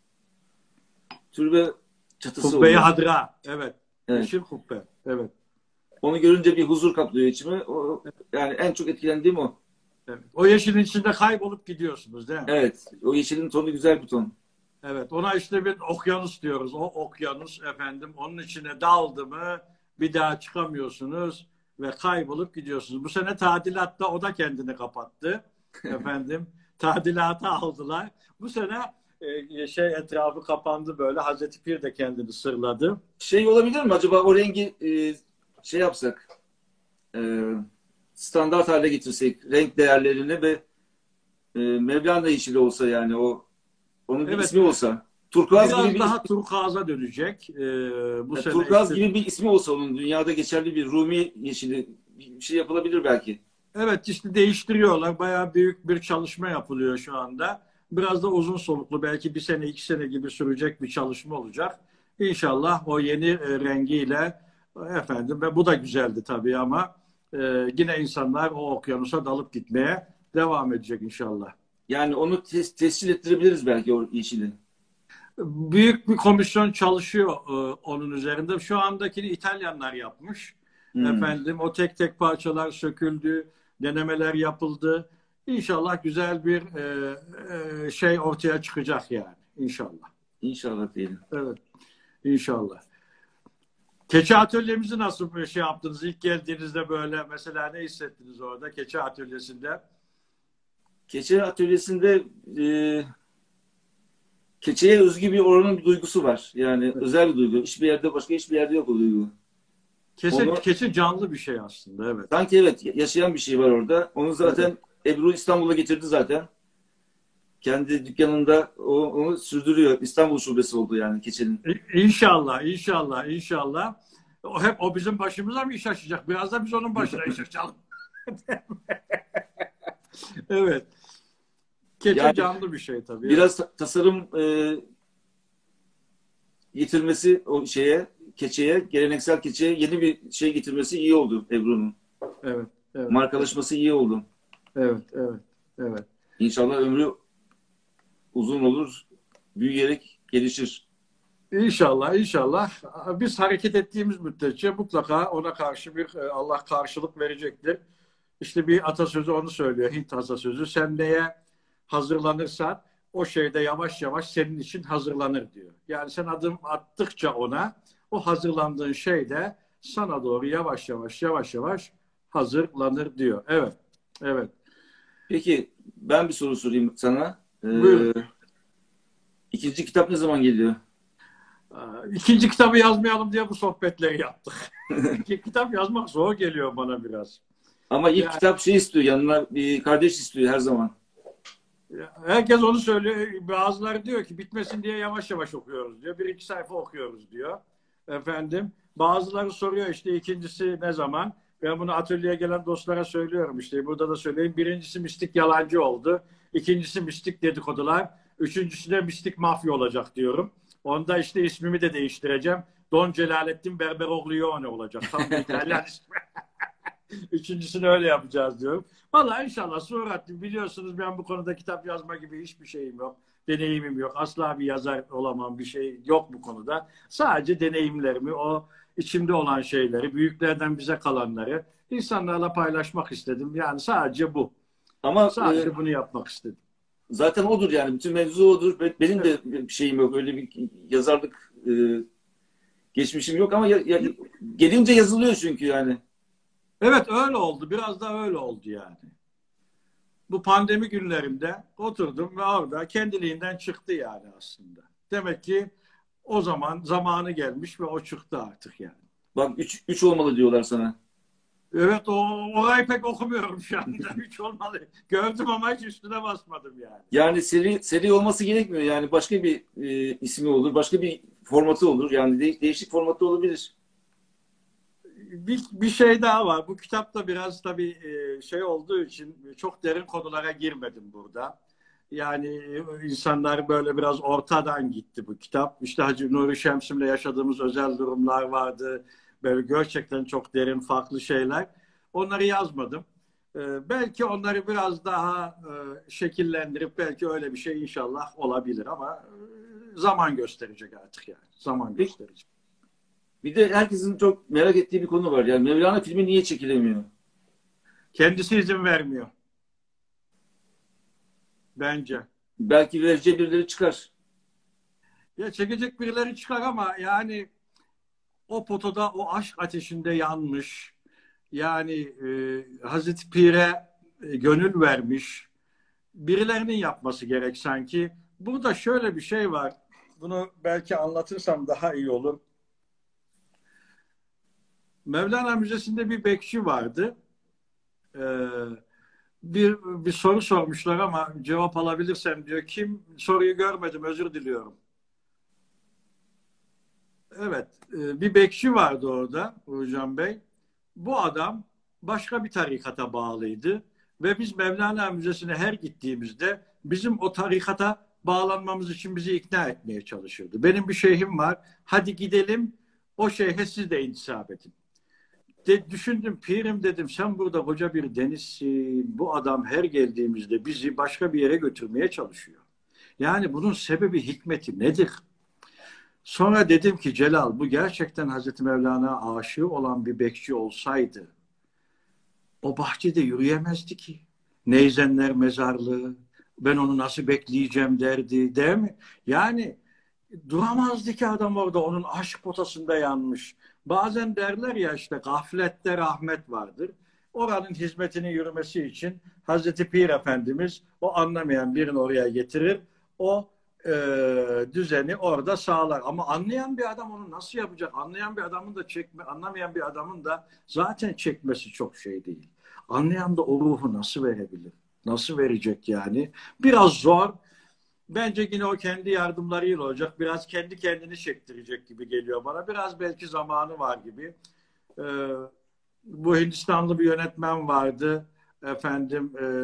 B: türbe çatısı
A: Kubbe-i
B: oluyor.
A: Hadra. Evet.
B: Evet.
A: Yeşil kubbe. Evet.
B: Onu görünce bir huzur kaplıyor içimi. O, yani en çok etkilendiğim o.
A: Evet. O yeşilin içinde kaybolup gidiyorsunuz değil mi?
B: Evet. O yeşilin tonu güzel bir ton.
A: Evet, ona işte bir okyanus diyoruz. O okyanus efendim, onun içine daldı mı bir daha çıkamıyorsunuz ve kaybolup gidiyorsunuz. Bu sene tadilatta o da kendini kapattı. Efendim, tadilata aldılar. Bu sene e, şey etrafı kapandı böyle. Hazreti Pir de kendini sırladı.
B: Şey olabilir mi acaba, o rengi e, şey yapsak, e, standart hale getirsek renk değerlerini ve e, Mevlana yeşili olsa, yani o onun bir
A: Evet,
B: ismi olsa. Turkuaz gibi
A: biraz
B: bir
A: daha turkuaza dönecek. E, bu
B: yani
A: sene
B: turkuaz
A: işte.
B: gibi bir ismi olsa, onun dünyada geçerli bir Rumi yeşili bir şey yapılabilir belki.
A: Evet, işte değiştiriyorlar. Bayağı büyük bir çalışma yapılıyor şu anda. Biraz da uzun soluklu, belki bir sene iki sene gibi sürecek bir çalışma olacak. İnşallah o yeni e, rengiyle efendim, ve bu da güzeldi tabii ama e, yine insanlar o okyanusa dalıp gitmeye devam edecek inşallah.
B: Yani onu tes tescil ettirebiliriz belki, o yeşili.
A: Büyük bir komisyon çalışıyor e, onun üzerinde. Şu andakini İtalyanlar yapmış.
B: Hmm.
A: Efendim, o tek tek parçalar söküldü, denemeler yapıldı. İnşallah güzel bir e, e, şey ortaya çıkacak yani. İnşallah.
B: İnşallah diyelim.
A: Evet, inşallah. Keçi atölyemizi nasıl bir şey yaptınız? İlk geldiğinizde böyle mesela ne hissettiniz orada keçi atölyesinde?
B: Keçe atölyesinde e, keçeye özgü bir oranın bir duygusu var. Yani özel bir duygu. Hiçbir yerde, başka hiçbir yerde yok o duygu.
A: Keçi,
B: Onu
A: keçi canlı bir şey aslında, evet.
B: sanki, evet, yaşayan bir şey var orada. Onu
A: Evet.
B: zaten Ebru İstanbul'a getirdi zaten. Kendi dükkanında o, onu sürdürüyor. İstanbul şubesi oldu yani keçenin.
A: İ- İnşallah, inşallah, inşallah. O hep o bizim başımıza mı iş açacak? Biraz da biz onun başına iş açalım. Evet. Keçe
B: Yani
A: canlı bir şey tabii. Evet.
B: biraz ta- tasarım e, getirmesi o şeye, keçeye, geleneksel keçeye yeni bir şey getirmesi iyi oldu Ebru'nun.
A: Evet. Evet.
B: Markalaşması iyi oldu.
A: Evet. Evet. Evet.
B: İnşallah ömrü uzun olur, büyüyerek gelişir.
A: İnşallah, inşallah. Biz hareket ettiğimiz müddetçe mutlaka ona karşı bir e, Allah karşılık verecektir. İşte bir atasözü onu söylüyor, Hint atasözü. Sen neye hazırlanırsan o şeyde yavaş yavaş senin için hazırlanır diyor. Yani sen adım attıkça ona, o hazırlandığın şey de sana doğru yavaş yavaş yavaş yavaş hazırlanır diyor. Evet, evet.
B: Peki ben bir soru sorayım sana.
A: Buyurun.
B: Ee, ikinci kitap ne zaman geliyor?
A: İkinci kitabı yazmayalım diye bu sohbetleri yaptık. İkinci kitap yazmak zor geliyor bana biraz.
B: Ama ilk
A: Yani
B: kitap şey istiyor, yanına bir kardeş istiyor her zaman.
A: herkes onu söylüyor. Bazıları diyor ki bitmesin diye yavaş yavaş okuyoruz diyor. Bir iki sayfa okuyoruz diyor. Efendim. Bazıları soruyor işte ikincisi ne zaman? Ben bunu atölyeye gelen dostlara söylüyorum işte. Burada da söyleyeyim. Birincisi mistik yalancı oldu. İkincisi mistik dedikodular. Üçüncüsü de mistik mafya olacak diyorum. Onda işte ismimi de değiştireceğim. Don Celalettin Berberoğlu ne olacak? Tam bir İtalyan ismi. Üçüncüsünü öyle yapacağız diyorum. Vallahi inşallah Surat'ım, biliyorsunuz ben bu konuda kitap yazma gibi hiçbir şeyim yok. Deneyimim yok. Asla bir yazar olamam, bir şey yok bu konuda. Sadece deneyimlerimi, o içimde olan şeyleri, büyüklerden bize kalanları insanlarla paylaşmak istedim. Yani sadece bu.
B: Ama e,
A: Sadece bunu yapmak istedim.
B: zaten odur yani. Bütün mevzu odur. Benim
A: Evet.
B: de bir şeyim yok. Öyle bir yazarlık e, geçmişim yok ama ya, ya, gelince yazılıyor çünkü yani.
A: Evet, öyle oldu. Biraz da öyle oldu yani. Bu pandemi günlerinde oturdum ve orada kendiliğinden çıktı yani aslında. Demek ki o zaman zamanı gelmiş ve o çıktı artık yani.
B: Bak, üç, üç olmalı diyorlar sana.
A: Evet, o orayı pek okumuyorum şu anda. Üç olmalı. Gördüm ama hiç üstüne basmadım yani.
B: Yani seri seri olması gerekmiyor. Yani başka bir e, ismi olur, başka bir formatı olur. Yani de, değişik formatı olabilir.
A: Bir, bir şey daha var. Bu kitapta biraz tabii e, şey olduğu için çok derin konulara girmedim burada. Yani e, insanlar böyle biraz ortadan gitti bu kitap. İşte Hacı Nuri Şems'imle yaşadığımız özel durumlar vardı. Böyle gerçekten çok derin farklı şeyler. Onları yazmadım. E, belki onları biraz daha e, şekillendirip belki öyle bir şey inşallah olabilir ama e, zaman gösterecek artık yani. Zaman
B: Peki,
A: gösterecek.
B: bir de herkesin çok merak ettiği bir konu var. Yani Mevlana filmi niye çekilemiyor?
A: Kendisi izin vermiyor bence.
B: Belki vereceği birileri çıkar.
A: Ya çekecek birileri çıkar ama yani o potoda o aşk ateşinde yanmış. Yani e, Hazreti Pir'e e, gönül vermiş. Birilerinin yapması gerek sanki. Burada şöyle bir şey var. Bunu belki anlatırsam daha iyi olur. Mevlana Müzesi'nde bir bekçi vardı. Ee, bir, bir soru sormuşlar ama cevap alabilirsem diyor. Kim? Soruyu görmedim, özür diliyorum. Evet, e, bir bekçi vardı orada Uğurcan Bey. Bu adam başka bir tarikata bağlıydı ve biz Mevlana Müzesi'ne her gittiğimizde bizim o tarikata bağlanmamız için bizi ikna etmeye çalışırdı. Benim bir şeyhim var, hadi gidelim o şeyhe siz de intisap edin. De, düşündüm, pirim dedim, sen burada koca bir denizsin. Bu adam her geldiğimizde bizi başka bir yere götürmeye çalışıyor. Yani bunun sebebi, hikmeti nedir? Sonra dedim ki Celal, bu gerçekten Hazreti Mevlana aşığı olan bir bekçi olsaydı o bahçede yürüyemezdi ki. Neyzenler mezarlığı, ben onu nasıl bekleyeceğim derdi, değil mi? Yani duramazdı ki adam orada, onun aşk potasında yanmış. Bazen derler ya işte gaflette rahmet vardır. Oranın hizmetini yürümesi için Hazreti Pir Efendimiz o anlamayan birini oraya getirir. O e, düzeni orada sağlar. Ama anlayan bir adam onu nasıl yapacak? Anlayan bir adamın da çekme, anlamayan bir adamın da zaten çekmesi çok şey değil. Anlayan da o ruhu nasıl verebilir? Nasıl verecek yani? Biraz zor. Bence yine o kendi yardımlarıyla olacak. Biraz kendi kendini çektirecek gibi geliyor bana. Biraz belki zamanı var gibi. Ee, bu Hindistanlı bir yönetmen vardı. Efendim e,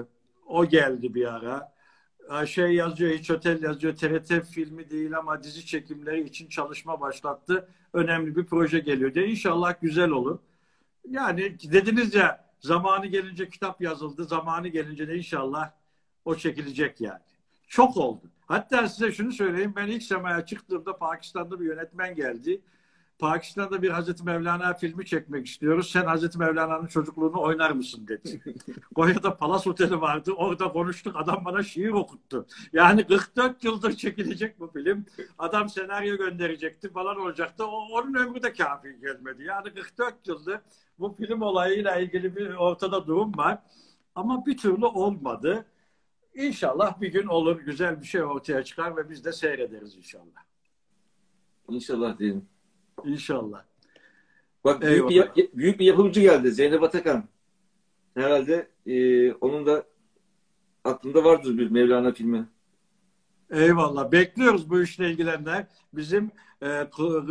A: o geldi bir ara. Şey yazıyor, Hiç Otel yazıyor. T R T filmi değil ama dizi çekimleri için çalışma başlattı. Önemli bir proje geliyor diye. İnşallah güzel olur. Yani dediniz ya, zamanı gelince kitap yazıldı. Zamanı gelince de inşallah o çekilecek yani. Çok oldu. Hatta size şunu söyleyeyim. Ben ilk semaya çıktığımda Pakistan'da bir yönetmen geldi. Pakistan'da bir Hazreti Mevlana filmi çekmek istiyoruz. Sen Hazreti Mevlana'nın çocukluğunu oynar mısın dedi. Konya'da Palas Oteli vardı. Orada konuştuk. Adam bana şiir okuttu. Yani kırk dört yıldır çekilecek bu film. Adam senaryo gönderecekti falan olacaktı. O, onun ömrü de kafi gelmedi. Yani kırk dört yıldır bu film olayıyla ilgili bir ortada durum var. Ama bir türlü olmadı. İnşallah bir gün olur, güzel bir şey ortaya çıkar ve biz de seyrederiz inşallah.
B: İnşallah diyelim.
A: İnşallah.
B: Bak büyük
A: Eyvallah.
B: bir, büyük bir yapımcı geldi. Zeynep Atakan. Herhalde e, onun da aklında vardır bir Mevlana filmi.
A: Eyvallah. Bekliyoruz bu işle ilgilenenler. Bizim e, e,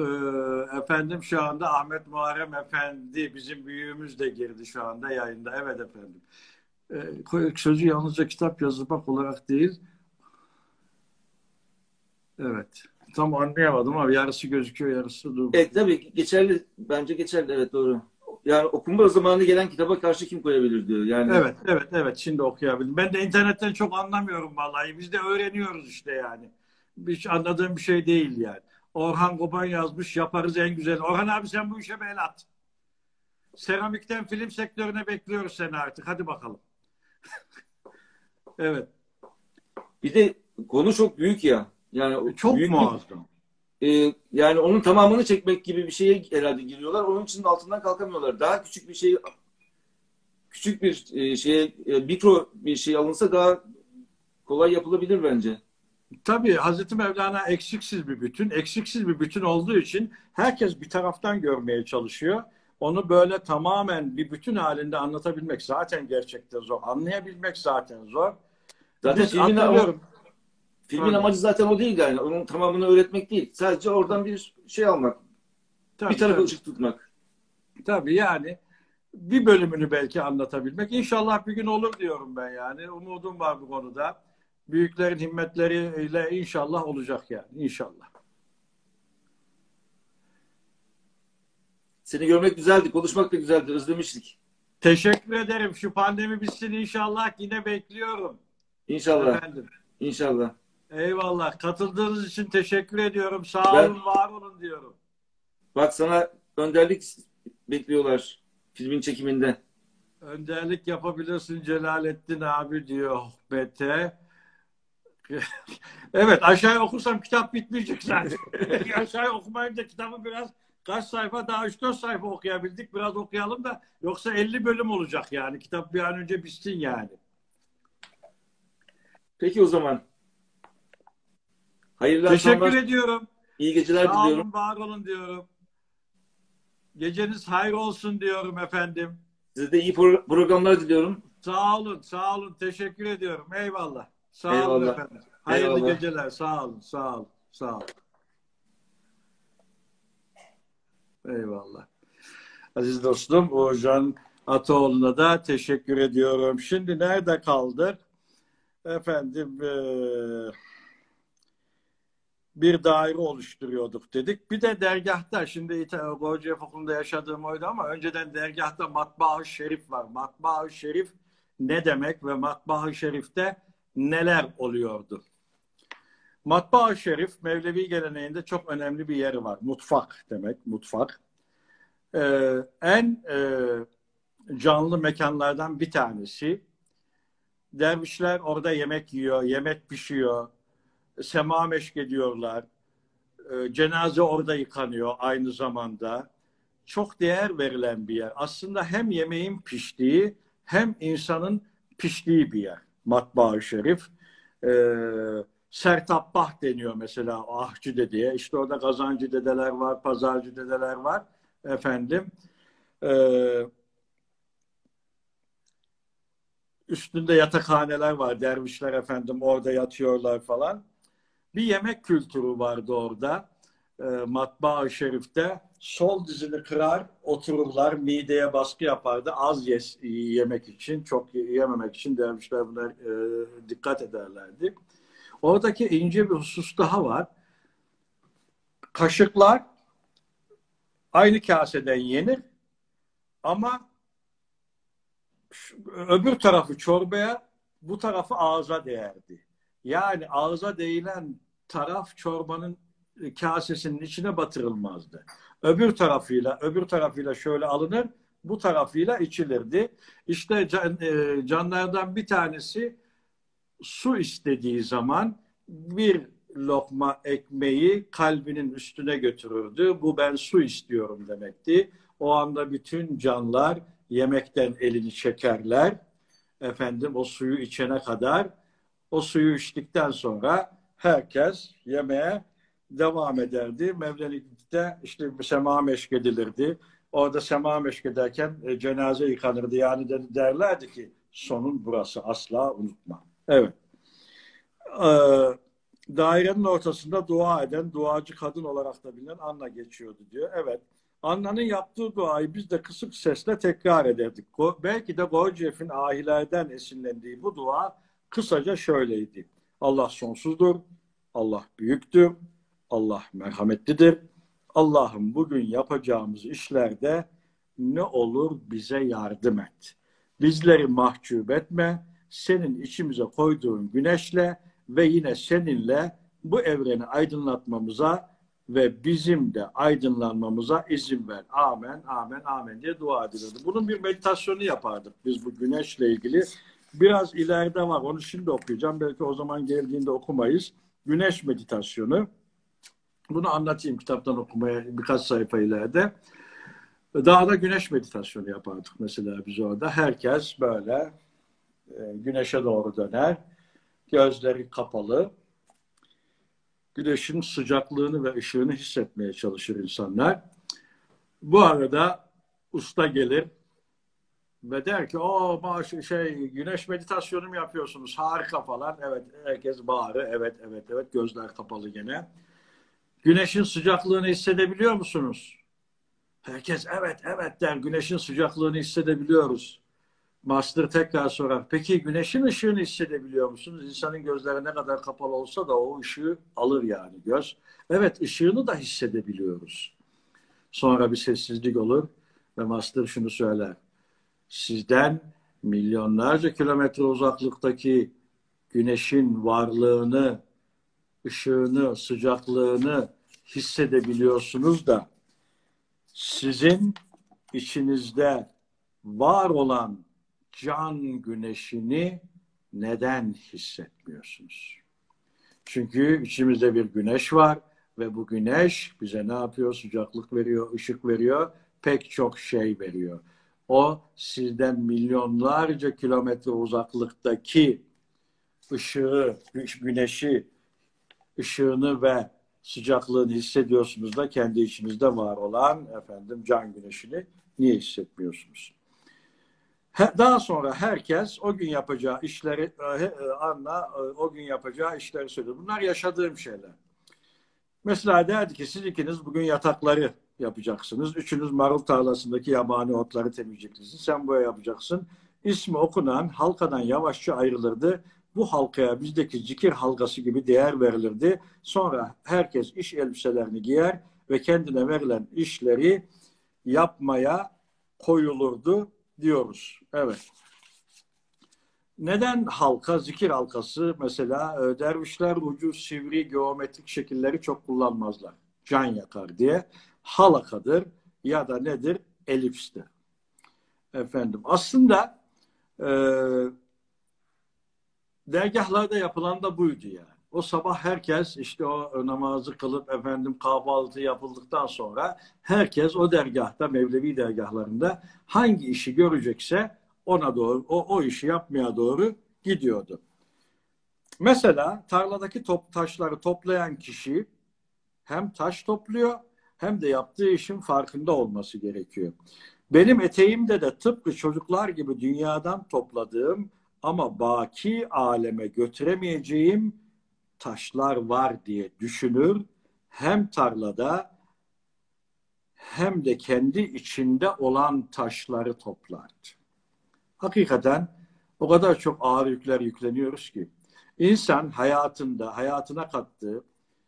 A: efendim şu anda Ahmet Muharrem Efendi, bizim büyüğümüz de girdi şu anda yayında. Evet efendim. E, sözü yalnızca kitap yazmak olarak değil. Evet. Tam anlayamadım ama yarısı gözüküyor, yarısı dur.
B: Evet tabii geçerli. Bence geçerli. Evet doğru. Yani okunma zamanı gelen kitaba karşı kim koyabilir diyor. Yani
A: Evet, evet, evet. Şimdi okuyabildim. Ben de internetten çok anlamıyorum vallahi. Biz de öğreniyoruz işte yani. Hiç anladığım bir şey değil yani. Orhan Koban yazmış, yaparız en güzel. Orhan abi sen bu işe bir el at. Seramikten film sektörüne bekliyoruz seni artık. Hadi bakalım. Evet.
B: bir de konu çok büyük ya. Yani
A: Çok
B: büyüklük
A: muazzam.
B: e, yani onun tamamını çekmek gibi bir şeye herhalde giriyorlar. Onun için de altından kalkamıyorlar. Daha küçük bir şey küçük bir e, şeye e, mikro bir şey alınsa daha kolay yapılabilir bence.
A: Tabii Hazreti Mevlana eksiksiz bir bütün. Eksiksiz bir bütün olduğu için herkes bir taraftan görmeye çalışıyor. Onu böyle tamamen bir bütün halinde anlatabilmek zaten gerçekten zor. Anlayabilmek zaten zor.
B: Zaten
A: Biz
B: filmin ama
A: hatırlıyorum.
B: filmin
A: Öyle.
B: amacı zaten o değil yani. Onun tamamını öğretmek değil. Sadece oradan bir şey almak. Bir
A: Tabii
B: tarafı
A: tabii.
B: ışık tutmak.
A: Tabii yani bir bölümünü belki anlatabilmek. İnşallah bir gün olur diyorum ben yani. Umudum var bu konuda. Büyüklerin himmetleriyle inşallah olacak yani. İnşallah.
B: Seni görmek güzeldi. Konuşmak da güzeldi. Özlemiştik.
A: Teşekkür ederim. Şu pandemi bitsin inşallah. Yine bekliyorum.
B: İnşallah.
A: Efendim.
B: İnşallah.
A: Eyvallah. Katıldığınız için teşekkür ediyorum. Sağ
B: Ben
A: olun, var olun diyorum.
B: bak sana önderlik bekliyorlar filmin çekiminde.
A: Önderlik yapabilirsin Celalettin abi diyor Mete. Evet, aşağıya okursam kitap bitmeyecek zaten. Aşağıya okumayınca kitabı biraz kaç sayfa, daha üç dört sayfa okuyabildik. Biraz okuyalım da yoksa elli bölüm olacak yani. Kitap bir an önce bitsin yani.
B: Peki o zaman. Hayırlı
A: Teşekkür
B: akşamlar,
A: ediyorum.
B: iyi geceler
A: Sağ
B: diliyorum.
A: olun, var olun diyorum. Geceniz hayır olsun diyorum efendim.
B: Size de iyi pro- programlar diliyorum.
A: Sağ olun, sağ olun. Teşekkür ediyorum. Eyvallah. Sağ olun
B: Eyvallah.
A: efendim. Hayırlı
B: Eyvallah.
A: geceler. Sağ olun, sağ olun, sağ olun. Eyvallah. Aziz dostum Uğurcan Ataoğlu'na da teşekkür ediyorum. Şimdi nerede kaldık? Efendim eee, bir daire oluşturuyorduk dedik. Bir de dergahta, şimdi İta- Goceef Okulu'nda yaşadığım oydu ama önceden dergahta Matbaa-ı Şerif var. Matbaa-ı Şerif ne demek ve Matbaa-ı Şerif'te neler oluyordu? Matbaa-ı Şerif Mevlevi geleneğinde çok önemli bir yeri var. Mutfak demek, mutfak. Ee, en e, canlı mekanlardan bir tanesi. Dervişler orada yemek yiyor, yemek pişiyor, sema meşk ediyorlar. Ee, cenaze orada yıkanıyor aynı zamanda. Çok değer verilen bir yer. Aslında hem yemeğin piştiği hem insanın piştiği bir yer. Matbaa-ı Şerif. Ee, Sertabbah deniyor mesela ahçı dedeye. İşte orada kazancı dedeler var, pazarcı dedeler var. Efendim. Ee, Üstünde yatakhaneler var. Dervişler efendim orada yatıyorlar falan. Bir yemek kültürü vardı orada. E, Matbaa-ı Şerif'te sol dizini kırar, otururlar, mideye baskı yapardı. Az yes, yemek için, çok yememek için dervişler buna e, dikkat ederlerdi. Oradaki ince bir husus daha var. Kaşıklar aynı kaseden yenir ama öbür tarafı çorbaya, bu tarafı ağza değerdi. Yani ağza değilen taraf çorbanın kasesinin içine batırılmazdı. Öbür tarafıyla öbür tarafıyla şöyle alınır, bu tarafıyla içilirdi. İşte can, e, canlardan bir tanesi su istediği zaman bir lokma ekmeği kalbinin üstüne götürürdü. Bu ben su istiyorum demekti. O anda bütün canlar yemekten elini çekerler. Efendim o suyu içene kadar, o suyu içtikten sonra herkes yemeğe devam ederdi. Mevlelikte işte sema meşk edilirdi. Orada sema meşk ederken e, cenaze yıkanırdı. Yani de, derlerdi ki sonun burası, asla unutma. Evet. Ee, Dairenin ortasında dua eden, duacı kadın olarak da bilinen Anna geçiyordu diyor. Evet. Anna'nın yaptığı duayı biz de kısık sesle tekrar ederdik. Belki de Gurdjieff'in ahilerden esinlendiği bu dua kısaca şöyleydi. Allah sonsuzdur, Allah büyüktür, Allah merhametlidir. Allah'ım bugün yapacağımız işlerde ne olur bize yardım et. Bizleri mahcup etme, senin içimize koyduğun güneşle ve yine seninle bu evreni aydınlatmamıza ve bizim de aydınlanmamıza izin ver. Amen, amen, amen diye dua edilirdi. Bunun bir meditasyonu yapardık biz bu güneşle ilgili. Biraz ileride var, onu şimdi okuyacağım. Belki o zaman geldiğinde okumayız. Güneş meditasyonu. Bunu anlatayım kitaptan okumaya birkaç sayfa ileride. Dağda güneş meditasyonu yapardık mesela biz orada. Herkes böyle e, güneşe doğru döner. Gözleri kapalı. Güneşin sıcaklığını ve ışığını hissetmeye çalışır insanlar. Bu arada usta gelir ve der ki o maaş şey güneş meditasyonu mu yapıyorsunuz? Harika falan. Evet, herkes bağırır. Evet, evet, evet. Gözler kapalı gene. Güneşin sıcaklığını hissedebiliyor musunuz? Herkes evet, evet der. Güneşin sıcaklığını hissedebiliyoruz. Master tekrar sorar. Peki güneşin ışığını hissedebiliyor musunuz? İnsanın gözleri ne kadar kapalı olsa da o ışığı alır yani göz. Evet, ışığını da hissedebiliyoruz. Sonra bir sessizlik olur ve Master şunu söyler. Sizden milyonlarca kilometre uzaklıktaki güneşin varlığını, ışığını, sıcaklığını hissedebiliyorsunuz da sizin içinizde var olan can güneşini neden hissetmiyorsunuz? Çünkü içimizde bir güneş var ve bu güneş bize ne yapıyor? Sıcaklık veriyor, ışık veriyor, pek çok şey veriyor. O sizden milyonlarca kilometre uzaklıktaki ışığı, güneşi, ışığını ve sıcaklığını hissediyorsunuz da kendi içinizde var olan efendim can güneşini niye hissetmiyorsunuz? Daha sonra herkes o gün yapacağı işleri anla o gün yapacağı işleri söylüyor. Bunlar yaşadığım şeyler. Mesela derdi ki siz ikiniz bugün yatakları yapacaksınız. Üçünüz marul tarlasındaki yabani otları temizleyeceksiniz. Sen böyle yapacaksın. İsmi okunan halkadan yavaşça ayrılırdı. Bu halkaya bizdeki zikir halkası gibi değer verilirdi. Sonra herkes iş elbiselerini giyer ve kendine verilen işleri yapmaya koyulurdu diyoruz. Evet. Neden halka, zikir halkası mesela e, dervişler ucu sivri geometrik şekilleri çok kullanmazlar. Can yakar diye. Halakadır ya da nedir? Elipstir. Efendim aslında e, dergahlarda yapılan da buydu yani. O sabah herkes işte o namazı kılıp efendim kahvaltı yapıldıktan sonra herkes o dergahta, Mevlevi dergahlarında hangi işi görecekse ona doğru, o, o işi yapmaya doğru gidiyordu. Mesela tarladaki top, taşları toplayan kişi hem taş topluyor hem de yaptığı işin farkında olması gerekiyor. Benim eteğimde de tıpkı çocuklar gibi dünyadan topladığım ama baki aleme götüremeyeceğim taşlar var diye düşünür. Hem tarlada hem de kendi içinde olan taşları toplardı. Hakikaten o kadar çok ağır yükler yükleniyoruz ki insan hayatında, hayatına kattığı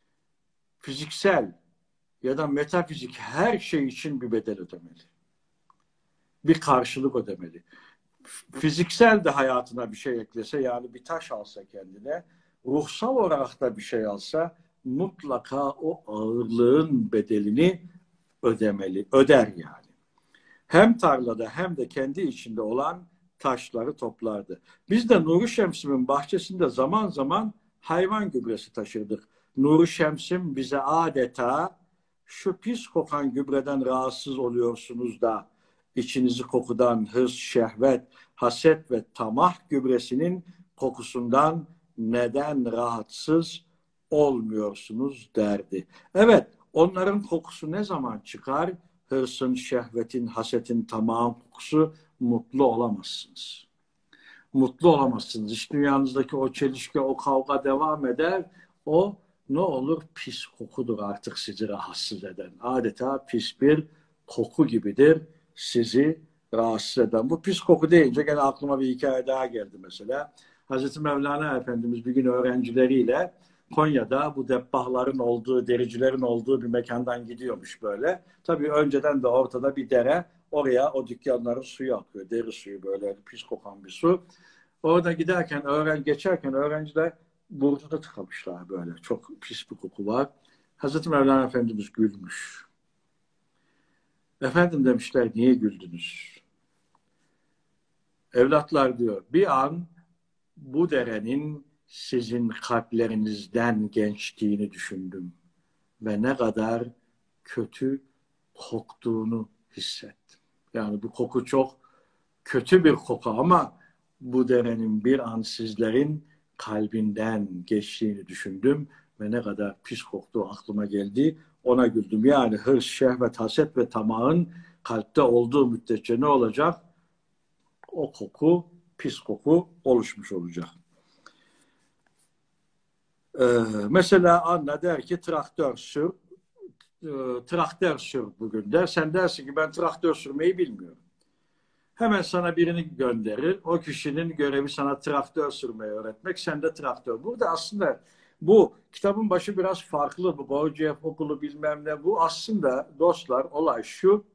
A: fiziksel ya da metafizik her şey için bir bedel ödemeli. Bir karşılık ödemeli. Fiziksel de hayatına bir şey eklese, yani bir taş alsa kendine, ruhsal olarak da bir şey alsa mutlaka o ağırlığın bedelini ödemeli, öder yani. Hem tarlada hem de kendi içinde olan taşları toplardı. Biz de Nuri Şems'in bahçesinde zaman zaman hayvan gübresi taşırdık. Nuri Şems'im bize adeta şu pis kokan gübreden rahatsız oluyorsunuz da içinizi kokudan hırs, şehvet, haset ve tamah gübresinin kokusundan neden rahatsız olmuyorsunuz derdi. Evet, onların kokusu ne zaman çıkar? Hırsın, şehvetin, hasetin, tamahın kokusu, mutlu olamazsınız. Mutlu olamazsınız. İş dünyanızdaki o çelişki, o kavga devam eder. O ne olur? Pis kokudur artık sizi rahatsız eden. Adeta pis bir koku gibidir sizi rahatsız eden. Bu pis koku deyince gene aklıma bir hikaye daha geldi mesela. Hazreti Mevlana Efendimiz bir gün öğrencileriyle Konya'da bu debbahların olduğu, dericilerin olduğu bir mekandan gidiyormuş böyle. Tabii önceden de ortada bir dere. Oraya o dükkanların suyu akıyor. Deri suyu, böyle pis kokan bir su. Orada giderken, öğren geçerken öğrenciler burnuna tıkamışlar böyle. Çok pis bir koku var. Hazreti Mevlana Efendimiz gülmüş. Efendim demişler, niye güldünüz? Evlatlar diyor, bir an bu derenin sizin kalplerinizden geçtiğini düşündüm ve ne kadar kötü koktuğunu hissettim. Yani bu koku çok kötü bir koku ama bu derenin bir an sizlerin kalbinden geçtiğini düşündüm ve ne kadar pis koktuğu aklıma geldi. Ona güldüm. Yani hırs, şehvet, haset ve tamahın kalpte olduğu müddetçe ne olacak? O koku, pis koku oluşmuş olacak. Ee, mesela Anna der ki traktör sür, e, traktör sür bugün der. Sen dersin ki ben traktör sürmeyi bilmiyorum. Hemen sana birini gönderir. O kişinin görevi sana traktör sürmeyi öğretmek. Sen de traktör. Burada aslında bu kitabın başı biraz farklı. Bu Gurdjieff okulu bilmem ne. Bu aslında dostlar olay şu.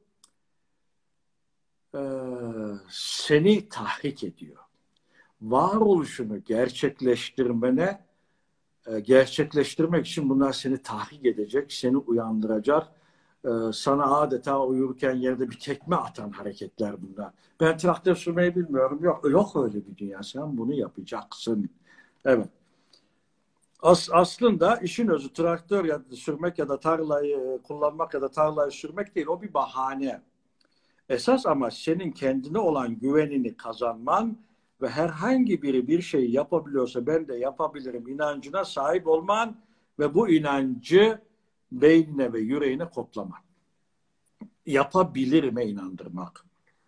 A: E, seni tahrik ediyor. Varoluşunu gerçekleştirmene gerçekleştirmek için bunlar seni tahrik edecek, seni uyandıracak, sana adeta uyurken yerde bir tekme atan hareketler bunlar. Ben traktör sürmeyi bilmiyorum. Yok, yok öyle bir dünya. Sen bunu yapacaksın. Evet. As, aslında işin özü traktör ya da sürmek ya da tarlayı kullanmak ya da tarlayı sürmek değil. O bir bahane. Esas amaç senin kendine olan güvenini kazanman ve herhangi biri bir şey yapabiliyorsa ben de yapabilirim inancına sahip olman ve bu inancı beynine ve yüreğine kodlaman. Yapabilirime inandırmak.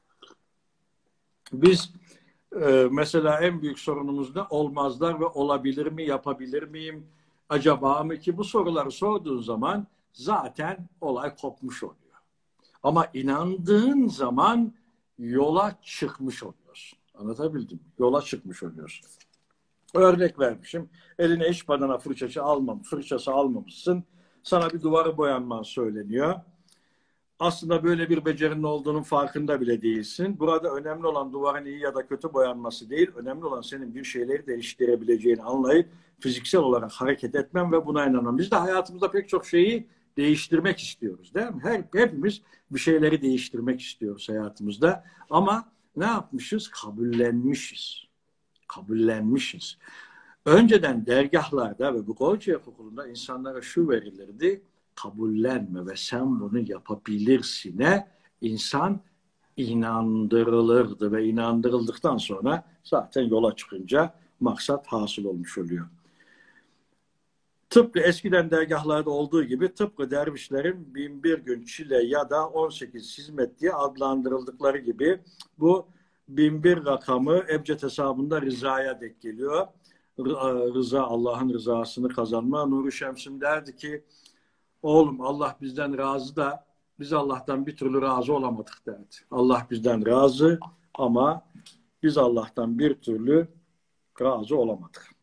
A: Biz e, mesela en büyük sorunumuz da olmazlar ve olabilir mi, yapabilir miyim, acaba mı ki bu soruları sorduğun zaman zaten olay kopmuş oluyor. Ama inandığın zaman yola çıkmış oluyorsun. Anlatabildim mi? Yola çıkmış oluyorsun. Örnek vermişim. Eline iş badana fırçası almam, fırçası almamışsın. Sana bir duvarı boyanman söyleniyor. Aslında böyle bir becerinin olduğunun farkında bile değilsin. Burada önemli olan duvarın iyi ya da kötü boyanması değil. Önemli olan senin bir şeyleri değiştirebileceğini anlayıp fiziksel olarak hareket etmem ve buna inanmam. Biz de hayatımızda pek çok şeyi değiştirmek istiyoruz, değil mi? Her, hepimiz bir şeyleri değiştirmek istiyoruz hayatımızda. Ama ne yapmışız? Kabullenmişiz. Kabullenmişiz. Önceden dergahlarda ve bu Golcef Okulu'nda insanlara şu verilirdi: kabullenme ve sen bunu yapabilirsine insan inandırılırdı ve inandırıldıktan sonra zaten yola çıkınca maksat hasıl olmuş oluyor. Tıpkı eskiden dergahlarda olduğu gibi tıpkı dervişlerin bin bir gün çile ya da on sekiz hizmet diye adlandırıldıkları gibi bu bin bir rakamı ebced hesabında rızaya denk geliyor. Rıza, Allah'ın rızasını kazanma. Nuri Şems'im derdi ki oğlum Allah bizden razı da biz Allah'tan bir türlü razı olamadık derdi. Allah bizden razı ama biz Allah'tan bir türlü razı olamadık.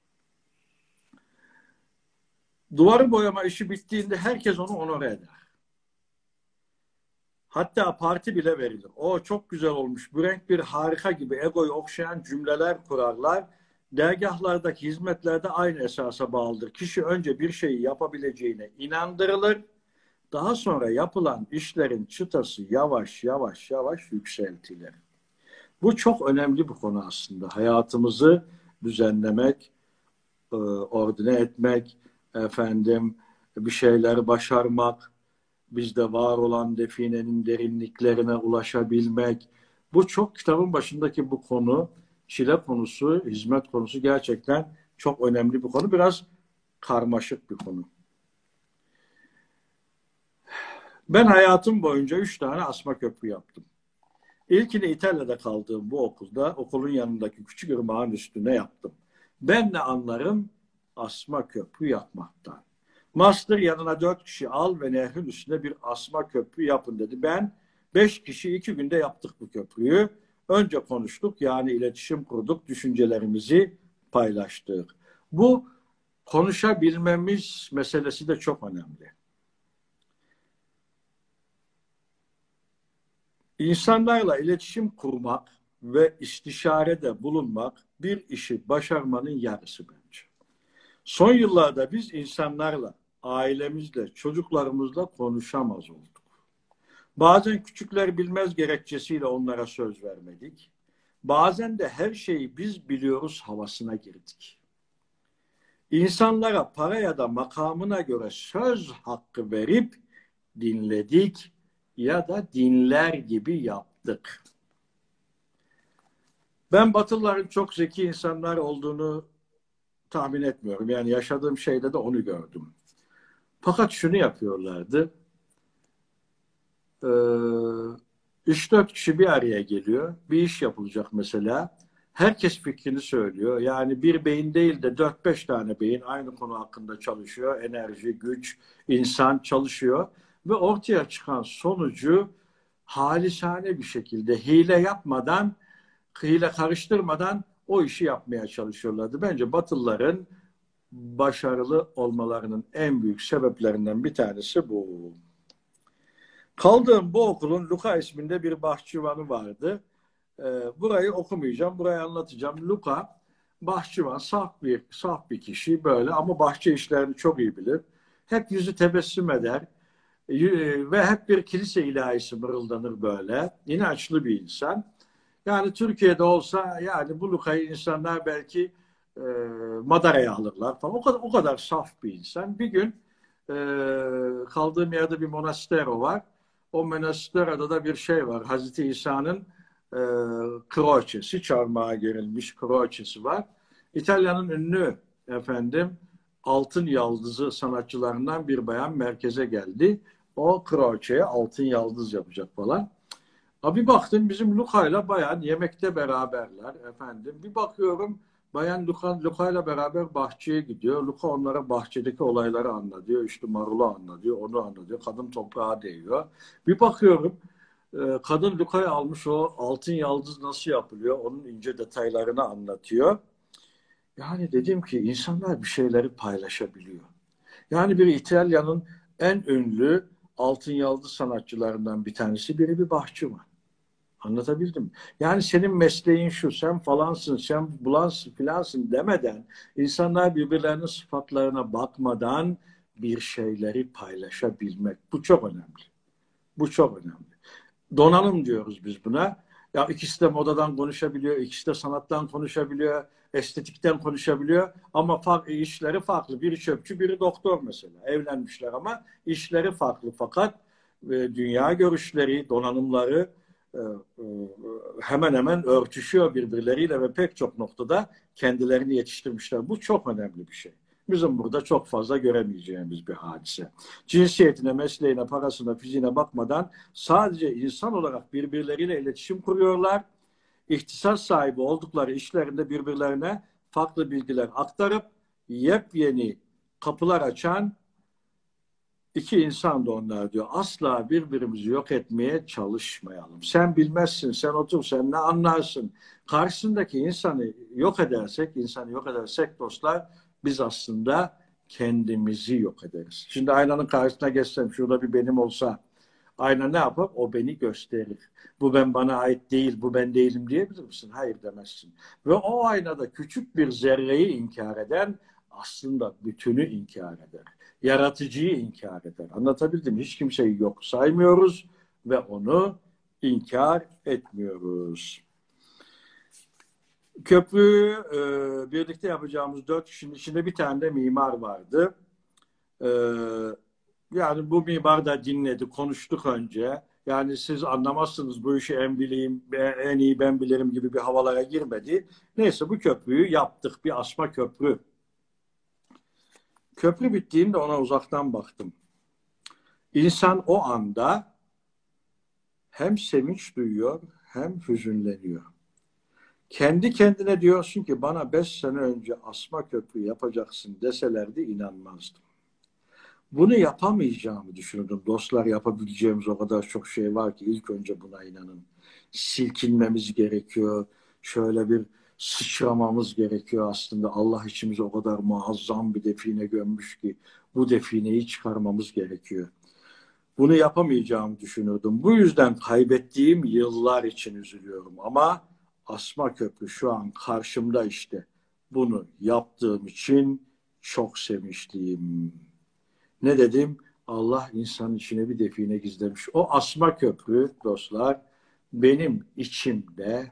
A: Duvarı boyama işi bittiğinde herkes onu onore eder. Hatta parti bile verilir. O çok güzel olmuş, bu renk bir harika gibi egoyu okşayan cümleler kurarlar. Dergahlardaki hizmetlerde aynı esasa bağlıdır. Kişi önce bir şeyi yapabileceğine inandırılır. Daha sonra yapılan işlerin çıtası yavaş yavaş yavaş yükseltilir. Bu çok önemli bir konu aslında. Hayatımızı düzenlemek, ordine etmek, efendim bir şeyler başarmak, bizde var olan definenin derinliklerine ulaşabilmek. Bu çok kitabın başındaki bu konu, çile konusu, hizmet konusu gerçekten çok önemli bir konu. Biraz karmaşık bir konu. Ben hayatım boyunca üç tane asma köprü yaptım. İlkini İtalya'da kaldığım bu okulda, okulun yanındaki küçük ırmağın üstüne yaptım. Ben ne anlarım asma köprü yapmaktan. Master yanına dört kişi al ve nehrin üstüne bir asma köprü yapın dedi. Ben beş kişi iki günde yaptık bu köprüyü. Önce konuştuk, yani iletişim kurduk, düşüncelerimizi paylaştık. Bu konuşabilmemiz meselesi de çok önemli. İnsanlarla iletişim kurmak ve istişarede bulunmak bir işi başarmanın yarısı bence. Son yıllarda biz insanlarla, ailemizle, çocuklarımızla konuşamaz olduk. Bazen küçükler bilmez gerekçesiyle onlara söz vermedik. Bazen de her şeyi biz biliyoruz havasına girdik. İnsanlara para ya da makamına göre söz hakkı verip dinledik ya da dinler gibi yaptık. Ben Batılıların çok zeki insanlar olduğunu tahmin etmiyorum. Yani yaşadığım şeyde de onu gördüm. Fakat şunu yapıyorlardı. Ee, üç dört kişi bir araya geliyor. Bir iş yapılacak mesela. Herkes fikrini söylüyor. Yani bir beyin değil de dört beş tane beyin aynı konu hakkında çalışıyor. Enerji, güç, insan çalışıyor. Ve ortaya çıkan sonucu halisane bir şekilde hile yapmadan, hile karıştırmadan o işi yapmaya çalışıyorlardı. Bence Batılıların başarılı olmalarının en büyük sebeplerinden bir tanesi bu. Kaldığım bu okulun Luka isminde bir bahçıvanı vardı. Burayı okumayacağım, burayı anlatacağım. Luka, bahçıvan, saf bir, saf bir kişi böyle ama bahçe işlerini çok iyi bilir. Hep yüzü tebessüm eder ve hep bir kilise ilahisi mırıldanır böyle. İnançlı bir insan. Yani Türkiye'de olsa yani bu Luka'yı insanlar belki e, madaraya alırlar falan. O kadar, o kadar saf bir insan. Bir gün e, kaldığım yerde bir monastero var. O monasteroda da bir şey var. Hazreti İsa'nın e, kroçesi, çarmıha gerilmiş kroçesi var. İtalya'nın ünlü efendim altın yaldızı sanatçılarından bir bayan merkeze geldi. O kroçeye altın yaldız yapacak falan. Abi baktım bizim Luka'yla bayan yemekte beraberler efendim. Bir bakıyorum bayan Luka, Luka'yla beraber bahçeye gidiyor. Luka onlara bahçedeki olayları anlatıyor. İşte marulu anlatıyor, onu anlatıyor. Kadın toprağa değiyor. Bir bakıyorum e, kadın Luka'ya almış o altın yaldız nasıl yapılıyor? Onun ince detaylarını anlatıyor. Yani dedim ki insanlar bir şeyleri paylaşabiliyor. Yani bir İtalya'nın en ünlü altın yaldız sanatçılarından bir tanesi biri bir bahçıvan. Anlatabildim. Yani senin mesleğin şu, sen falansın, sen bulansın, filansın demeden, insanlar birbirlerinin sıfatlarına bakmadan bir şeyleri paylaşabilmek. Bu çok önemli. Bu çok önemli. Donanım diyoruz biz buna. Ya ikisi de modadan konuşabiliyor, ikisi de sanattan konuşabiliyor, estetikten konuşabiliyor ama farklı, işleri farklı. Biri çöpçü, biri doktor mesela. Evlenmişler ama işleri farklı. Fakat e, dünya görüşleri, donanımları e, e, hemen hemen örtüşüyor birbirleriyle ve pek çok noktada kendilerini yetiştirmişler. Bu çok önemli bir şey. Bizim burada çok fazla göremeyeceğimiz bir hadise. Cinsiyetine, mesleğine, parasına, fiziğine bakmadan sadece insan olarak birbirleriyle iletişim kuruyorlar. İhtisas sahibi oldukları işlerinde birbirlerine farklı bilgiler aktarıp yepyeni kapılar açan iki insan da onlar diyor. Asla birbirimizi yok etmeye çalışmayalım. Sen bilmezsin, sen otur, sen ne anlarsın? Karşısındaki insanı yok edersek, insanı yok edersek dostlar, biz aslında kendimizi yok ederiz. Şimdi aynanın karşısına geçsem, şurada bir benim olsa, ayna ne yapar? O beni gösterir. Bu ben bana ait değil, bu ben değilim diyebilir misin? Hayır demezsin. Ve o aynada küçük bir zerreyi inkar eden aslında bütünü inkar eder. Yaratıcıyı inkar eder. Anlatabildim. Hiç kimseyi yok saymıyoruz ve onu inkar etmiyoruz. Köprüyü e, birlikte yapacağımız dört kişinin içinde bir tane de mimar vardı. E, yani bu mimar da dinledi, konuştuk önce. Yani siz anlamazsınız bu işi en bileyim, en iyi ben bilirim gibi bir havalara girmedi. Neyse bu köprüyü yaptık. Bir asma köprü. Köprü bittiğinde ona uzaktan baktım. İnsan o anda hem sevinç duyuyor hem hüzünleniyor. Kendi kendine diyorsun ki bana beş sene önce asma köprü yapacaksın deselerdi inanmazdım. Bunu yapamayacağımı düşünürdüm. Dostlar yapabileceğimiz o kadar çok şey var ki ilk önce buna inanın. Silkinmemiz gerekiyor. Şöyle bir sıçramamız gerekiyor aslında. Allah içimize o kadar muazzam bir define gömmüş ki bu defineyi çıkarmamız gerekiyor. Bunu yapamayacağımı düşünürdüm. Bu yüzden kaybettiğim yıllar için üzülüyorum. Ama asma köprü şu an karşımda işte. Bunu yaptığım için çok sevinçliyim. Ne dedim? Allah insanın içine bir define gizlemiş. O asma köprü dostlar benim içimde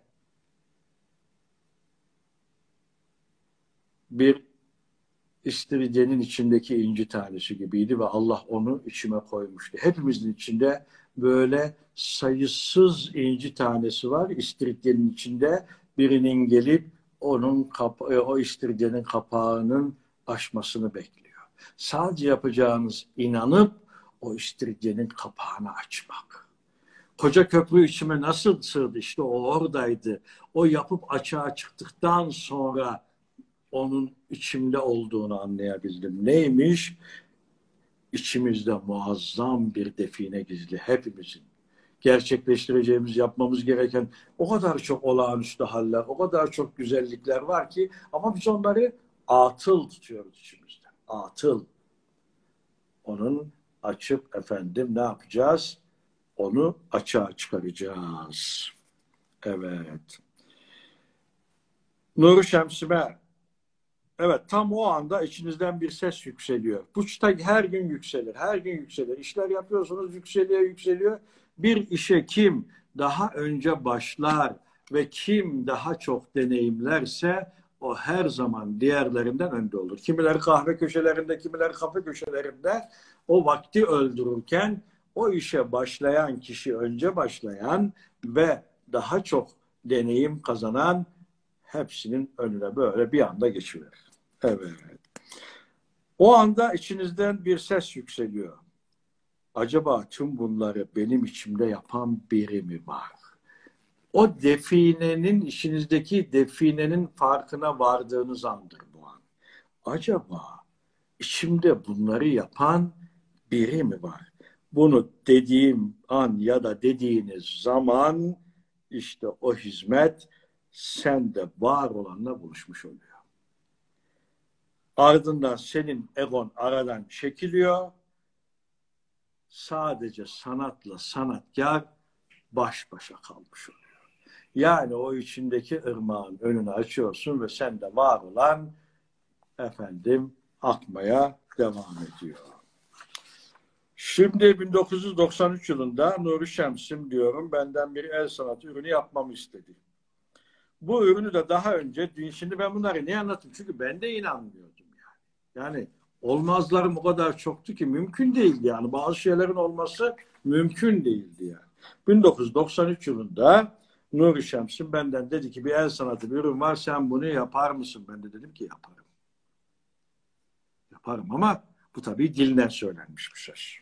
A: bir istiridyenin içindeki inci tanesi gibiydi ve Allah onu içime koymuştu. Hepimizin içinde böyle sayısız inci tanesi var. İstiridyenin içinde birinin gelip onun kapa- o istiridyenin kapağının açmasını bekliyor. Sadece yapacağınız inanıp o istiridyenin kapağını açmak. Koca köprü içime nasıl sığdı? İşte o oradaydı. O yapıp açığa çıktıktan sonra onun içimde olduğunu anlayabildim. Neymiş? İçimizde muazzam bir define gizli hepimizin. Gerçekleştireceğimiz, yapmamız gereken o kadar çok olağanüstü haller, o kadar çok güzellikler var ki ama biz onları atıl tutuyoruz içimizde. Atıl. Onun açıp efendim ne yapacağız? Onu açığa çıkaracağız. Evet. Nuri Şemsiber. Evet, tam o anda içinizden bir ses yükseliyor. Bu çıta her gün yükselir, her gün yükselir. İşler yapıyorsunuz, yükseliyor, yükseliyor. Bir işe kim daha önce başlar ve kim daha çok deneyimlerse o her zaman diğerlerinden önde olur. Kimiler kahve köşelerinde, kimiler kafe köşelerinde o vakti öldürürken o işe başlayan kişi, önce başlayan ve daha çok deneyim kazanan hepsinin önüne böyle bir anda geçiverir. Evet. O anda içinizden bir ses yükseliyor. Acaba tüm bunları benim içimde yapan biri mi var? O definenin, içinizdeki definenin farkına vardığınız andır bu an. Acaba içimde bunları yapan biri mi var? Bunu dediğim an ya da dediğiniz zaman işte o hizmet sende var olanla buluşmuş oluyor. Ardından senin egon aradan çekiliyor. Sadece sanatla sanatkar baş başa kalmış oluyor. Yani o içindeki ırmağın önünü açıyorsun ve sende var olan efendim akmaya devam ediyor. Şimdi bin dokuz yüz doksan üç yılında Nuri Şems'im diyorum benden bir el sanatı ürünü yapmamı istedi. Bu ürünü de daha önce, şimdi ben bunları niye anlattım? Çünkü ben de inanmıyordum yani. Yani olmazlarım o kadar çoktu ki mümkün değildi yani. Bazı şeylerin olması mümkün değildi yani. bin dokuz yüz doksan üç yılında Nuri Şems'im benden dedi ki bir el sanatı bir ürün var, sen bunu yapar mısın? Ben de dedim ki yaparım. Yaparım ama bu tabii dilden söylenmiş bir söz.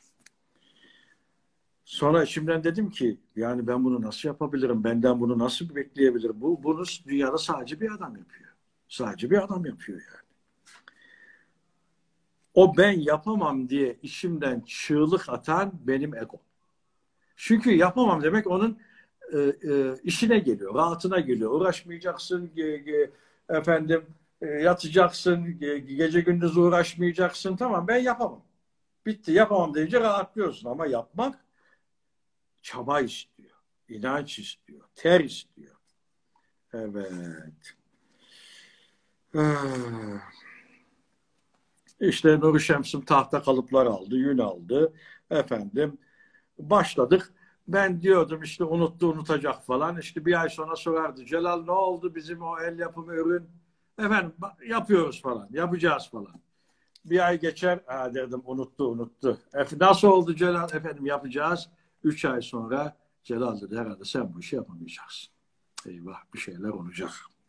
A: Sonra içimden dedim ki yani ben bunu nasıl yapabilirim? Benden bunu nasıl bekleyebilir? Bu, bunu dünyada sadece bir adam yapıyor. Sadece bir adam yapıyor yani. O ben yapamam diye içimden çığlık atan benim ego. Çünkü yapamam demek onun e, e, işine geliyor, rahatına geliyor. Uğraşmayacaksın, ge, ge, efendim e, yatacaksın, ge, gece gündüz uğraşmayacaksın. Tamam ben yapamam. Bitti, yapamam deyince rahatlıyorsun ama yapmak çaba istiyor, inanç istiyor, ter istiyor. Evet. İşte Nuri Şems'im tahta kalıplar aldı, yün aldı. Efendim başladık. Ben diyordum işte unuttu unutacak falan. İşte bir ay sonra sorardı. Celal ne oldu bizim o el yapımı ürün? Efendim yapıyoruz falan, yapacağız falan. Bir ay geçer, ha derdim unuttu unuttu. Efendim, nasıl oldu Celal? Efendim yapacağız. Üç ay sonra Celal dedi herhalde sen bu işi yapamayacaksın. Eyvah bir şeyler olacak.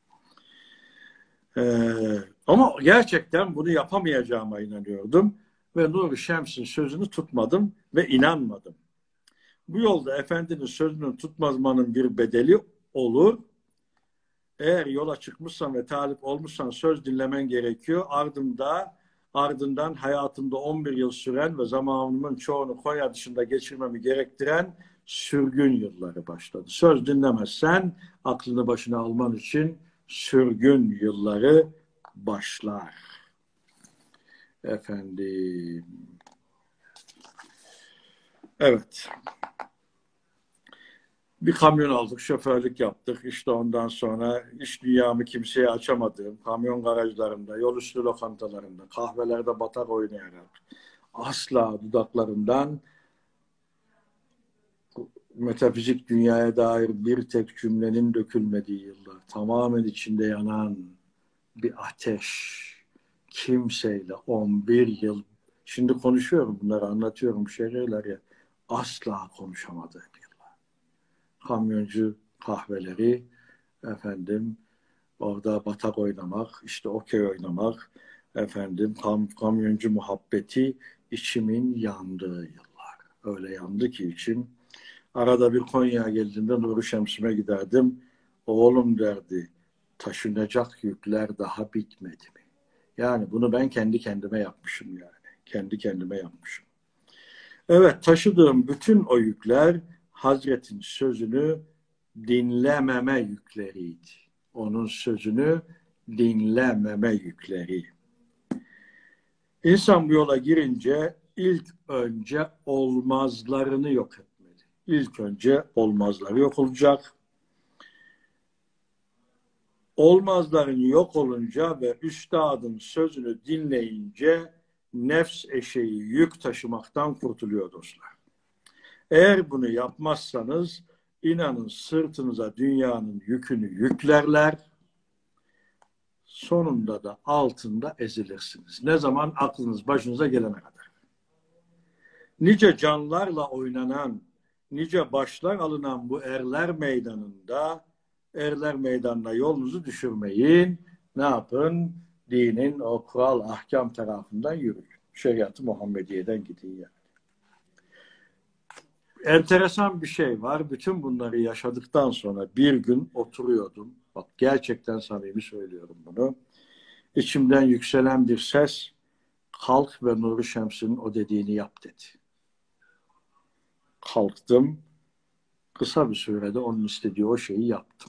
A: Ee, ama gerçekten bunu yapamayacağıma inanıyordum. Ve Nuri Şems'in sözünü tutmadım ve inanmadım. Bu yolda efendinin sözünü tutmamanın bir bedeli olur. Eğer yola çıkmışsan ve talip olmuşsan söz dinlemen gerekiyor. Ardında, ardından hayatımda on bir yıl süren ve zamanımın çoğunu Konya dışında geçirmemi gerektiren sürgün yılları başladı. Söz dinlemezsen aklını başına alman için sürgün yılları başlar. Efendim. Evet. Bir kamyon aldık, şoförlük yaptık. İşte ondan sonra iş dünyamı kimseye açamadığım kamyon garajlarında, yol üstü lokantalarında, kahvelerde batak oynayarak asla dudaklarından metafizik dünyaya dair bir tek cümlenin dökülmediği yıllar. Tamamen içinde yanan bir ateş. Kimseyle on bir yıl. Şimdi konuşuyorum bunları, anlatıyorum şeyler ya. Asla konuşamadığım yıllar. Kamyoncu kahveleri, efendim orada batak oynamak, işte okey oynamak, efendim kam kamyoncu muhabbeti içimin yandığı yıllar. Öyle yandı ki içim. Arada bir Konya'ya geldiğimde Nuri Şems'ime giderdim. Oğlum derdi, taşınacak yükler daha bitmedi mi? Yani bunu ben kendi kendime yapmışım yani. Kendi kendime yapmışım. Evet, taşıdığım bütün o yükler Hazret'in sözünü dinlememe yükleriydi. Onun sözünü dinlememe yükleri. İnsan bu yola girince ilk önce olmazlarını yok etmeli. İlk önce olmazları yok olacak. Olmazların yok olunca ve üstadın sözünü dinleyince nefs eşeği yük taşımaktan kurtuluyor dostlar. Eğer bunu yapmazsanız inanın sırtınıza dünyanın yükünü yüklerler. sonunda da altında ezilirsiniz. Ne zaman? Aklınız başınıza gelene kadar. Nice canlarla oynanan, nice başlar alınan bu erler meydanında, erler meydanına yolunuzu düşürmeyin. Ne yapın? Dinin o kural, ahkam tarafından yürüyün. Şeriat-ı Muhammediye'den gidin yani. Enteresan bir şey var. Bütün bunları yaşadıktan sonra bir gün oturuyordum. Bak gerçekten samimi söylüyorum bunu. İçimden yükselen bir ses, kalk ve Nuri Şems'in o dediğini yap dedi. Kalktım. Kısa bir sürede onun istediği o şeyi yaptım.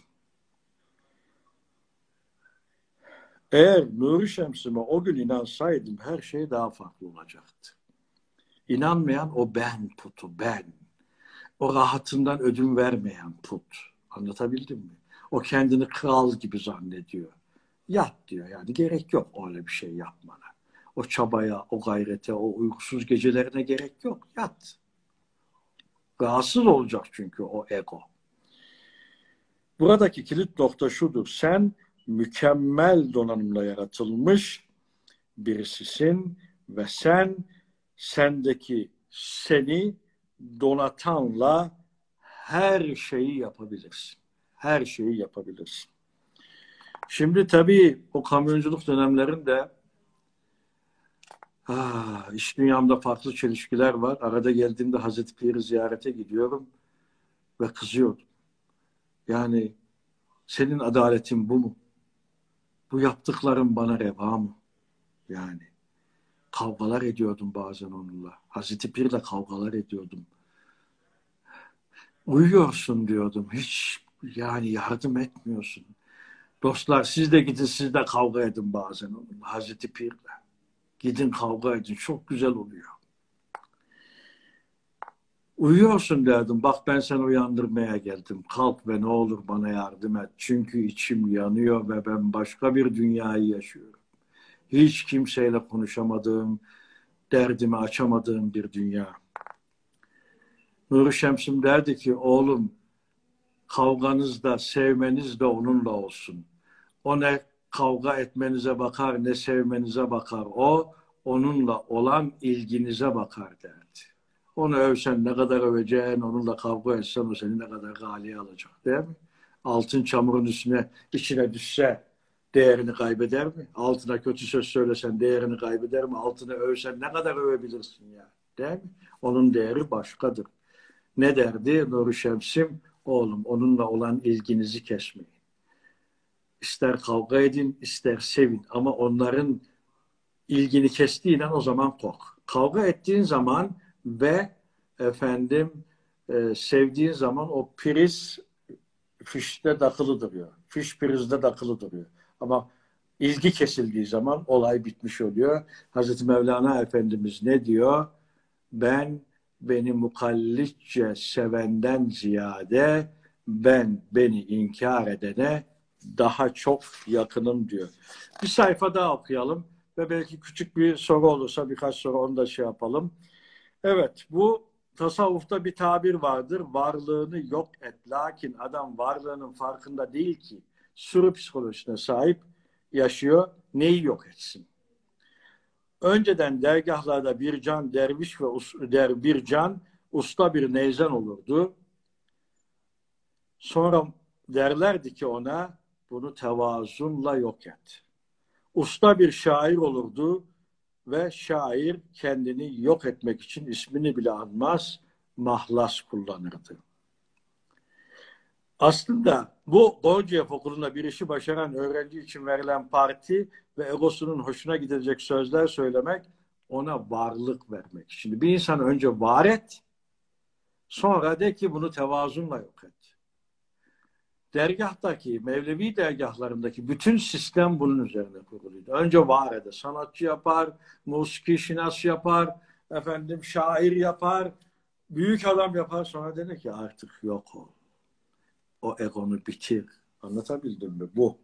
A: Eğer Nuri Şems'ime o gün inansaydım her şey daha farklı olacaktı. İnanmayan o ben putu, ben. O rahatından ödün vermeyen put. Anlatabildim mi? O kendini kral gibi zannediyor. Yat diyor yani. Gerek yok öyle bir şey yapmana. O çabaya, o gayrete, o uykusuz gecelerine gerek yok. Yat. Rahatsız olacak çünkü o ego. Buradaki kilit nokta şudur. Sen mükemmel donanımla yaratılmış birisisin ve sen sendeki seni donatanla her şeyi yapabilirsin. Her şeyi yapabilirsin. Şimdi tabii o kamyonculuk dönemlerinde ah, iş dünyamda farklı çelişkiler var. Arada geldiğimde Hazreti Pir'i ziyarete gidiyorum ve kızıyordum. Yani senin adaletin bu mu? Bu yaptıkların bana reva mı? Yani kavgalar ediyordum bazen onunla. Hazreti Pir'le kavgalar ediyordum. Uyuyorsun diyordum. Hiç yani yardım etmiyorsun. Dostlar siz de gidin siz de kavga edin bazen onunla. Hazreti Pir'le. Gidin kavga edin. Çok güzel oluyor. Uyuyorsun derdim. Bak ben seni uyandırmaya geldim. Kalk ve ne olur bana yardım et. Çünkü içim yanıyor ve ben başka bir dünyayı yaşıyorum. Hiç kimseyle konuşamadığım, derdimi açamadığım bir dünya. Nuri Şems'im derdi ki oğlum kavganız da sevmeniz de onunla olsun. O ne kavga etmenize bakar ne sevmenize bakar. O onunla olan ilginize bakar derdi. Onu övsen ne kadar öveceksin, onunla kavga etsen o seni ne kadar galiye alacak değil mi? Altın çamurun üstüne, içine düşse değerini kaybeder mi? Altına kötü söz söylesen değerini kaybeder mi? Altını övsen ne kadar övebilirsin ya? Değil mi? Onun değeri başkadır. Ne derdi Nuri Şems'im? Oğlum onunla olan ilginizi kesmeyin. İster kavga edin, ister sevin. Ama onların ilgini kestiğin an o zaman kork. Kavga ettiğin zaman ve efendim e, sevdiğin zaman o priz fişte takılı duruyor. Fiş prizde takılı duruyor. Ama ilgi kesildiği zaman olay bitmiş oluyor. Hazreti Mevlana Efendimiz ne diyor? Ben beni mukallitçe sevenden ziyade ben beni inkar edene daha çok yakınım diyor. Bir sayfa daha okuyalım ve belki küçük bir soru olursa birkaç soru onu da şey yapalım. Evet, bu tasavvufta bir tabir vardır. Varlığını yok et. Lakin adam varlığının farkında değil ki. Sürü psikolojisine sahip yaşıyor. Neyi yok etsin? Önceden dergahlarda bir can derviş ve us, der, bir can usta bir neyzen olurdu. Sonra derlerdi ki ona bunu tevazunla yok et. Usta bir şair olurdu ve şair kendini yok etmek için ismini bile anmaz, mahlas kullanırdı. Aslında bu Gurdjieff Okulu'nda bir işi başaran öğrenci için verilen parti ve egosunun hoşuna gidecek sözler söylemek ona varlık vermek. Şimdi bir insanı önce var et, sonra de ki bunu tevazunla yok et. Dergahtaki, Mevlevi dergahlarındaki bütün sistem bunun üzerine kuruluydu. Önce var eder. Sanatçı yapar, musiki şinas yapar, efendim şair yapar, büyük adam yapar. Sonra denir ki artık yok ol. O egonu bitir. Anlatabildim mi? Bu.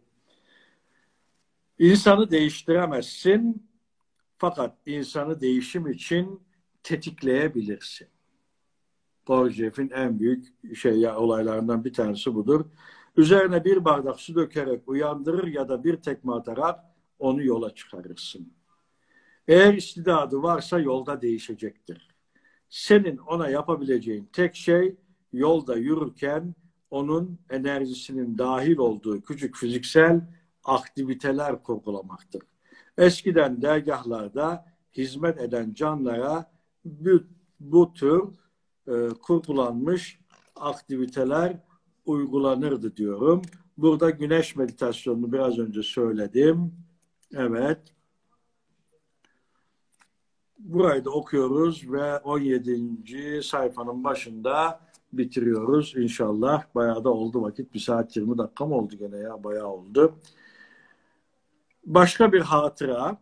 A: İnsanı değiştiremezsin. Fakat insanı değişim için tetikleyebilirsin. Gurdjieff'in en büyük şey ya, olaylarından bir tanesi budur. Üzerine bir bardak su dökerek uyandırır ya da bir tekme atarak onu yola çıkarırsın. Eğer istidadı varsa yolda değişecektir. Senin ona yapabileceğin tek şey yolda yürürken onun enerjisinin dahil olduğu küçük fiziksel aktiviteler kurgulamaktır. Eskiden dergahlarda hizmet eden canlara bu, bu tür e, kurgulanmış aktiviteler uygulanırdı diyorum. Burada güneş meditasyonunu biraz önce söyledim. Evet. Burayı da okuyoruz ve on yedinci sayfanın başında bitiriyoruz inşallah. Bayağı da oldu vakit. Bir saat yirmi dakika mı oldu gene ya? Bayağı oldu. Başka bir hatıra.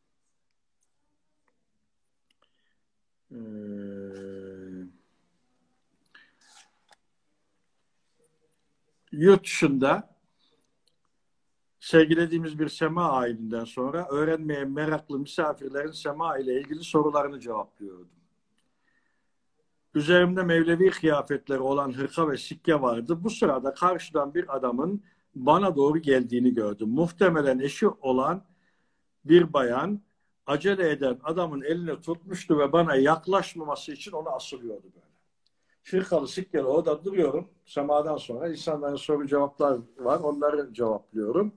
A: Ee, yurt dışında sergilediğimiz bir sema ayininden sonra öğrenmeye meraklı misafirlerin sema ile ilgili sorularını cevaplıyordum. Üzerimde Mevlevi kıyafetleri olan hırka ve sikke vardı. Bu sırada karşıdan bir adamın bana doğru geldiğini gördüm. Muhtemelen eşi olan bir bayan acele eden adamın elini tutmuştu ve bana yaklaşmaması için onu asılıyordu böyle. Hırkalı sikkeli orada duruyorum. Semadan sonra insanların soru cevaplar var. Onları cevaplıyorum.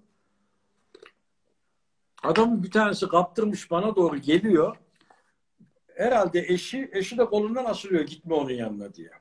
A: Adamın bir tanesi kaptırmış bana doğru geliyor. Herhalde eşi, eşi de kolundan asılıyor gitme onun yanına diye.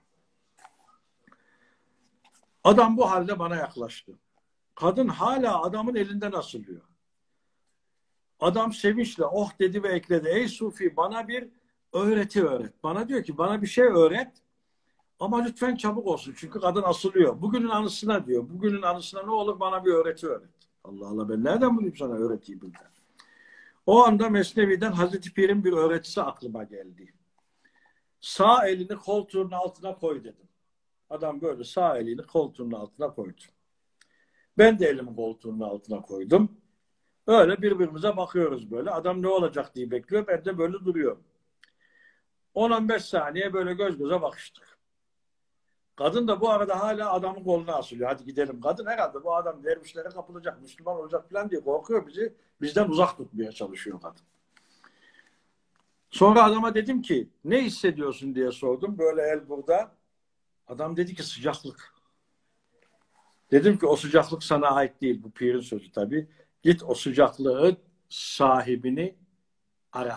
A: Adam bu halde bana yaklaştı. Kadın hala adamın elinden asılıyor. Adam sevinçle oh dedi ve ekledi. Ey Sufi bana bir öğreti öğret. Bana diyor ki bana bir şey öğret ama lütfen çabuk olsun. Çünkü kadın asılıyor. Bugünün anısına diyor. Bugünün anısına ne olur bana bir öğreti öğret. Allah Allah ben nereden bulayım sana öğretiyi bilden. O anda Mesnevi'den Hazreti Pir'in bir öğretisi aklıma geldi. Sağ elini koltuğunun altına koy dedim. Adam böyle sağ elini koltuğunun altına koydu. Ben de elimi koltuğunun altına koydum. Öyle birbirimize bakıyoruz böyle. Adam ne olacak diye bekliyor. Ben de böyle duruyorum. on on beş saniye böyle göz göze bakıştık. Kadın da bu arada hala adamın koluna asılıyor. Hadi gidelim. Kadın herhalde bu adam dervişlere kapılacak, Müslüman olacak falan diye korkuyor bizi. Bizden uzak tutmaya çalışıyor kadın. Sonra adama dedim ki ne hissediyorsun diye sordum. Böyle el burada. Adam dedi ki sıcaklık. Dedim ki o sıcaklık sana ait değil. Bu pirin sözü tabii. Git o sıcaklığın sahibini ara.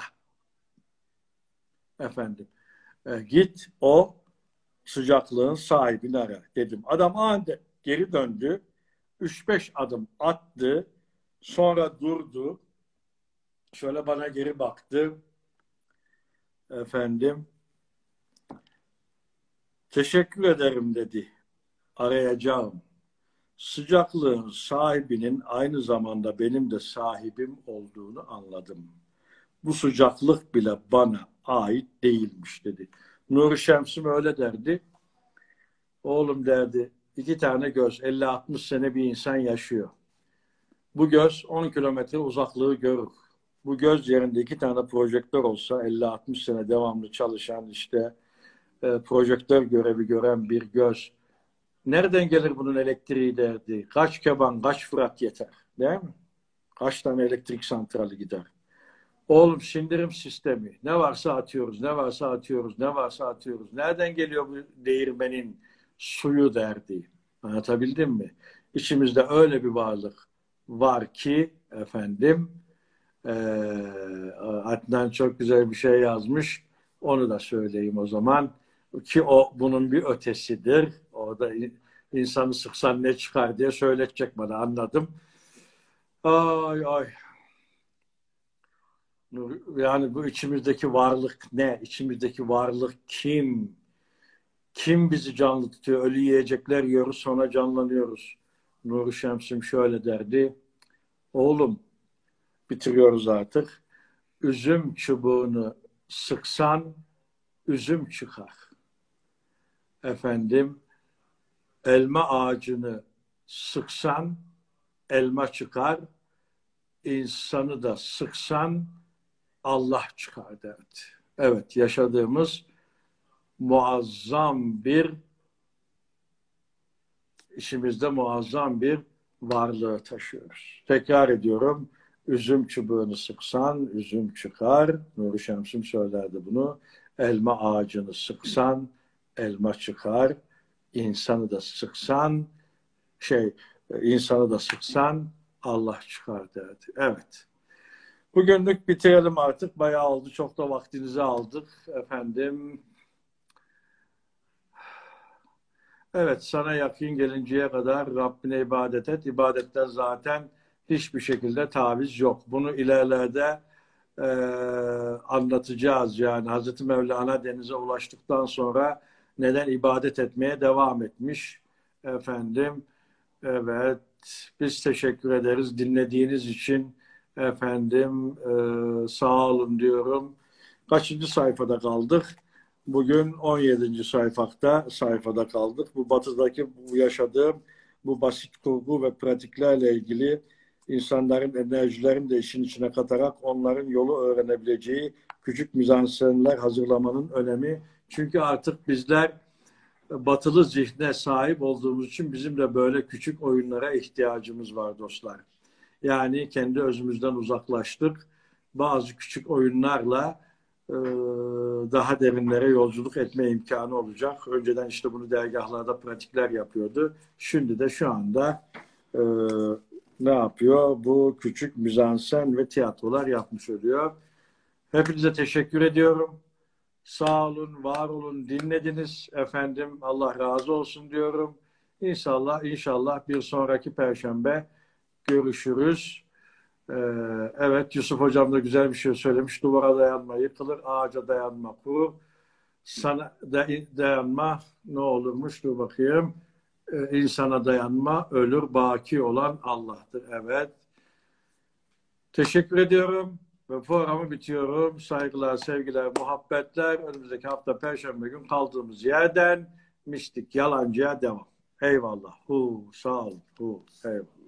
A: Efendim. E, git o sıcaklığın sahibini ara dedim. Adam anında geri döndü. Üç beş adım attı. Sonra durdu. Şöyle bana geri baktı. Efendim. Teşekkür ederim dedi. Arayacağım. Sıcaklığın sahibinin aynı zamanda benim de sahibim olduğunu anladım. Bu sıcaklık bile bana ait değilmiş dedi. Nuri Şems'im öyle derdi. Oğlum derdi, iki tane göz, elli altmış sene bir insan yaşıyor. Bu göz on kilometre uzaklığı görür. Bu göz yerinde iki tane projektör olsa elli altmış sene devamlı çalışan işte e, projektör görevi gören bir göz. Nereden gelir bunun elektriği derdi. Kaç keban, kaç fırat yeter. Değil mi? Kaç tane elektrik santrali gider. Oğlum sindirim sistemi. Ne varsa atıyoruz, ne varsa atıyoruz, ne varsa atıyoruz. Nereden geliyor bu değirmenin suyu derdi. Anlatabildim mi? İçimizde öyle bir varlık var ki efendim e, Adnan çok güzel bir şey yazmış. Onu da söyleyeyim o zaman. Ki o bunun bir ötesidir. Orada insanı sıksan ne çıkar diye söyletecek bana anladım. Ay ay. Yani bu içimizdeki varlık ne? İçimizdeki varlık kim? Kim bizi canlı tutuyor? Ölü yiyecekler yiyoruz sonra canlanıyoruz. Nuri Şems'im şöyle derdi. Oğlum bitiriyoruz artık. Üzüm çubuğunu sıksan üzüm çıkar. Efendim elma ağacını sıksan elma çıkar. İnsanı da sıksan Allah çıkar derdi. Evet yaşadığımız muazzam bir işimizde muazzam bir varlığı taşıyoruz. Tekrar ediyorum, üzüm çubuğunu sıksan üzüm çıkar. Nuri Şems'im söylerdi bunu. Elma ağacını sıksan elma çıkar. İnsanı da sıksan şey, insanı da sıksan Allah çıkar derdi. Evet. Bugünlük bitirelim artık. Bayağı oldu. Çok da vaktinizi aldık. Efendim. Evet, sana yakın gelinceye kadar Rabbine ibadet et. İbadetten zaten hiçbir şekilde taviz yok. Bunu ilerlerde e, anlatacağız. Yani Hazreti Mevlana denize ulaştıktan sonra neden ibadet etmeye devam etmiş? Efendim, evet, biz teşekkür ederiz dinlediğiniz için. Efendim, e, sağ olun diyorum. Kaçıncı sayfada kaldık? Bugün on yedinci sayfakta sayfada kaldık. Bu batıdaki bu yaşadığım bu basit kurgu ve pratiklerle ilgili insanların enerjilerini de işin içine katarak onların yolu öğrenebileceği küçük mizansenler hazırlamanın önemi. Çünkü artık bizler batılı zihne sahip olduğumuz için bizim de böyle küçük oyunlara ihtiyacımız var dostlar. Yani kendi özümüzden uzaklaştık. Bazı küçük oyunlarla e, daha derinlere yolculuk etme imkanı olacak. Önceden işte bunu dergahlarda pratikler yapıyordu. Şimdi de şu anda e, ne yapıyor? Bu küçük mizansen ve tiyatrolar yapmış oluyor. Hepinize teşekkür ediyorum. Sağ olun, var olun, dinlediniz. Efendim Allah razı olsun diyorum. İnşallah, inşallah bir sonraki Perşembe görüşürüz. Ee, evet, Yusuf Hocam da güzel bir şey söylemiş. Duvara dayanma yıkılır, ağaca dayanma kurur. Sana dayanma ne olurmuş? Dur bakayım. Ee, insana dayanma ölür, baki olan Allah'tır. Evet. Teşekkür ediyorum. Ve programı bitiyorum. Saygılar, sevgiler, muhabbetler. Önümüzdeki hafta Perşembe gün kaldığımız yerden mistik yalancıya devam. Eyvallah. Hu, sağ olun. Hu, eyvallah.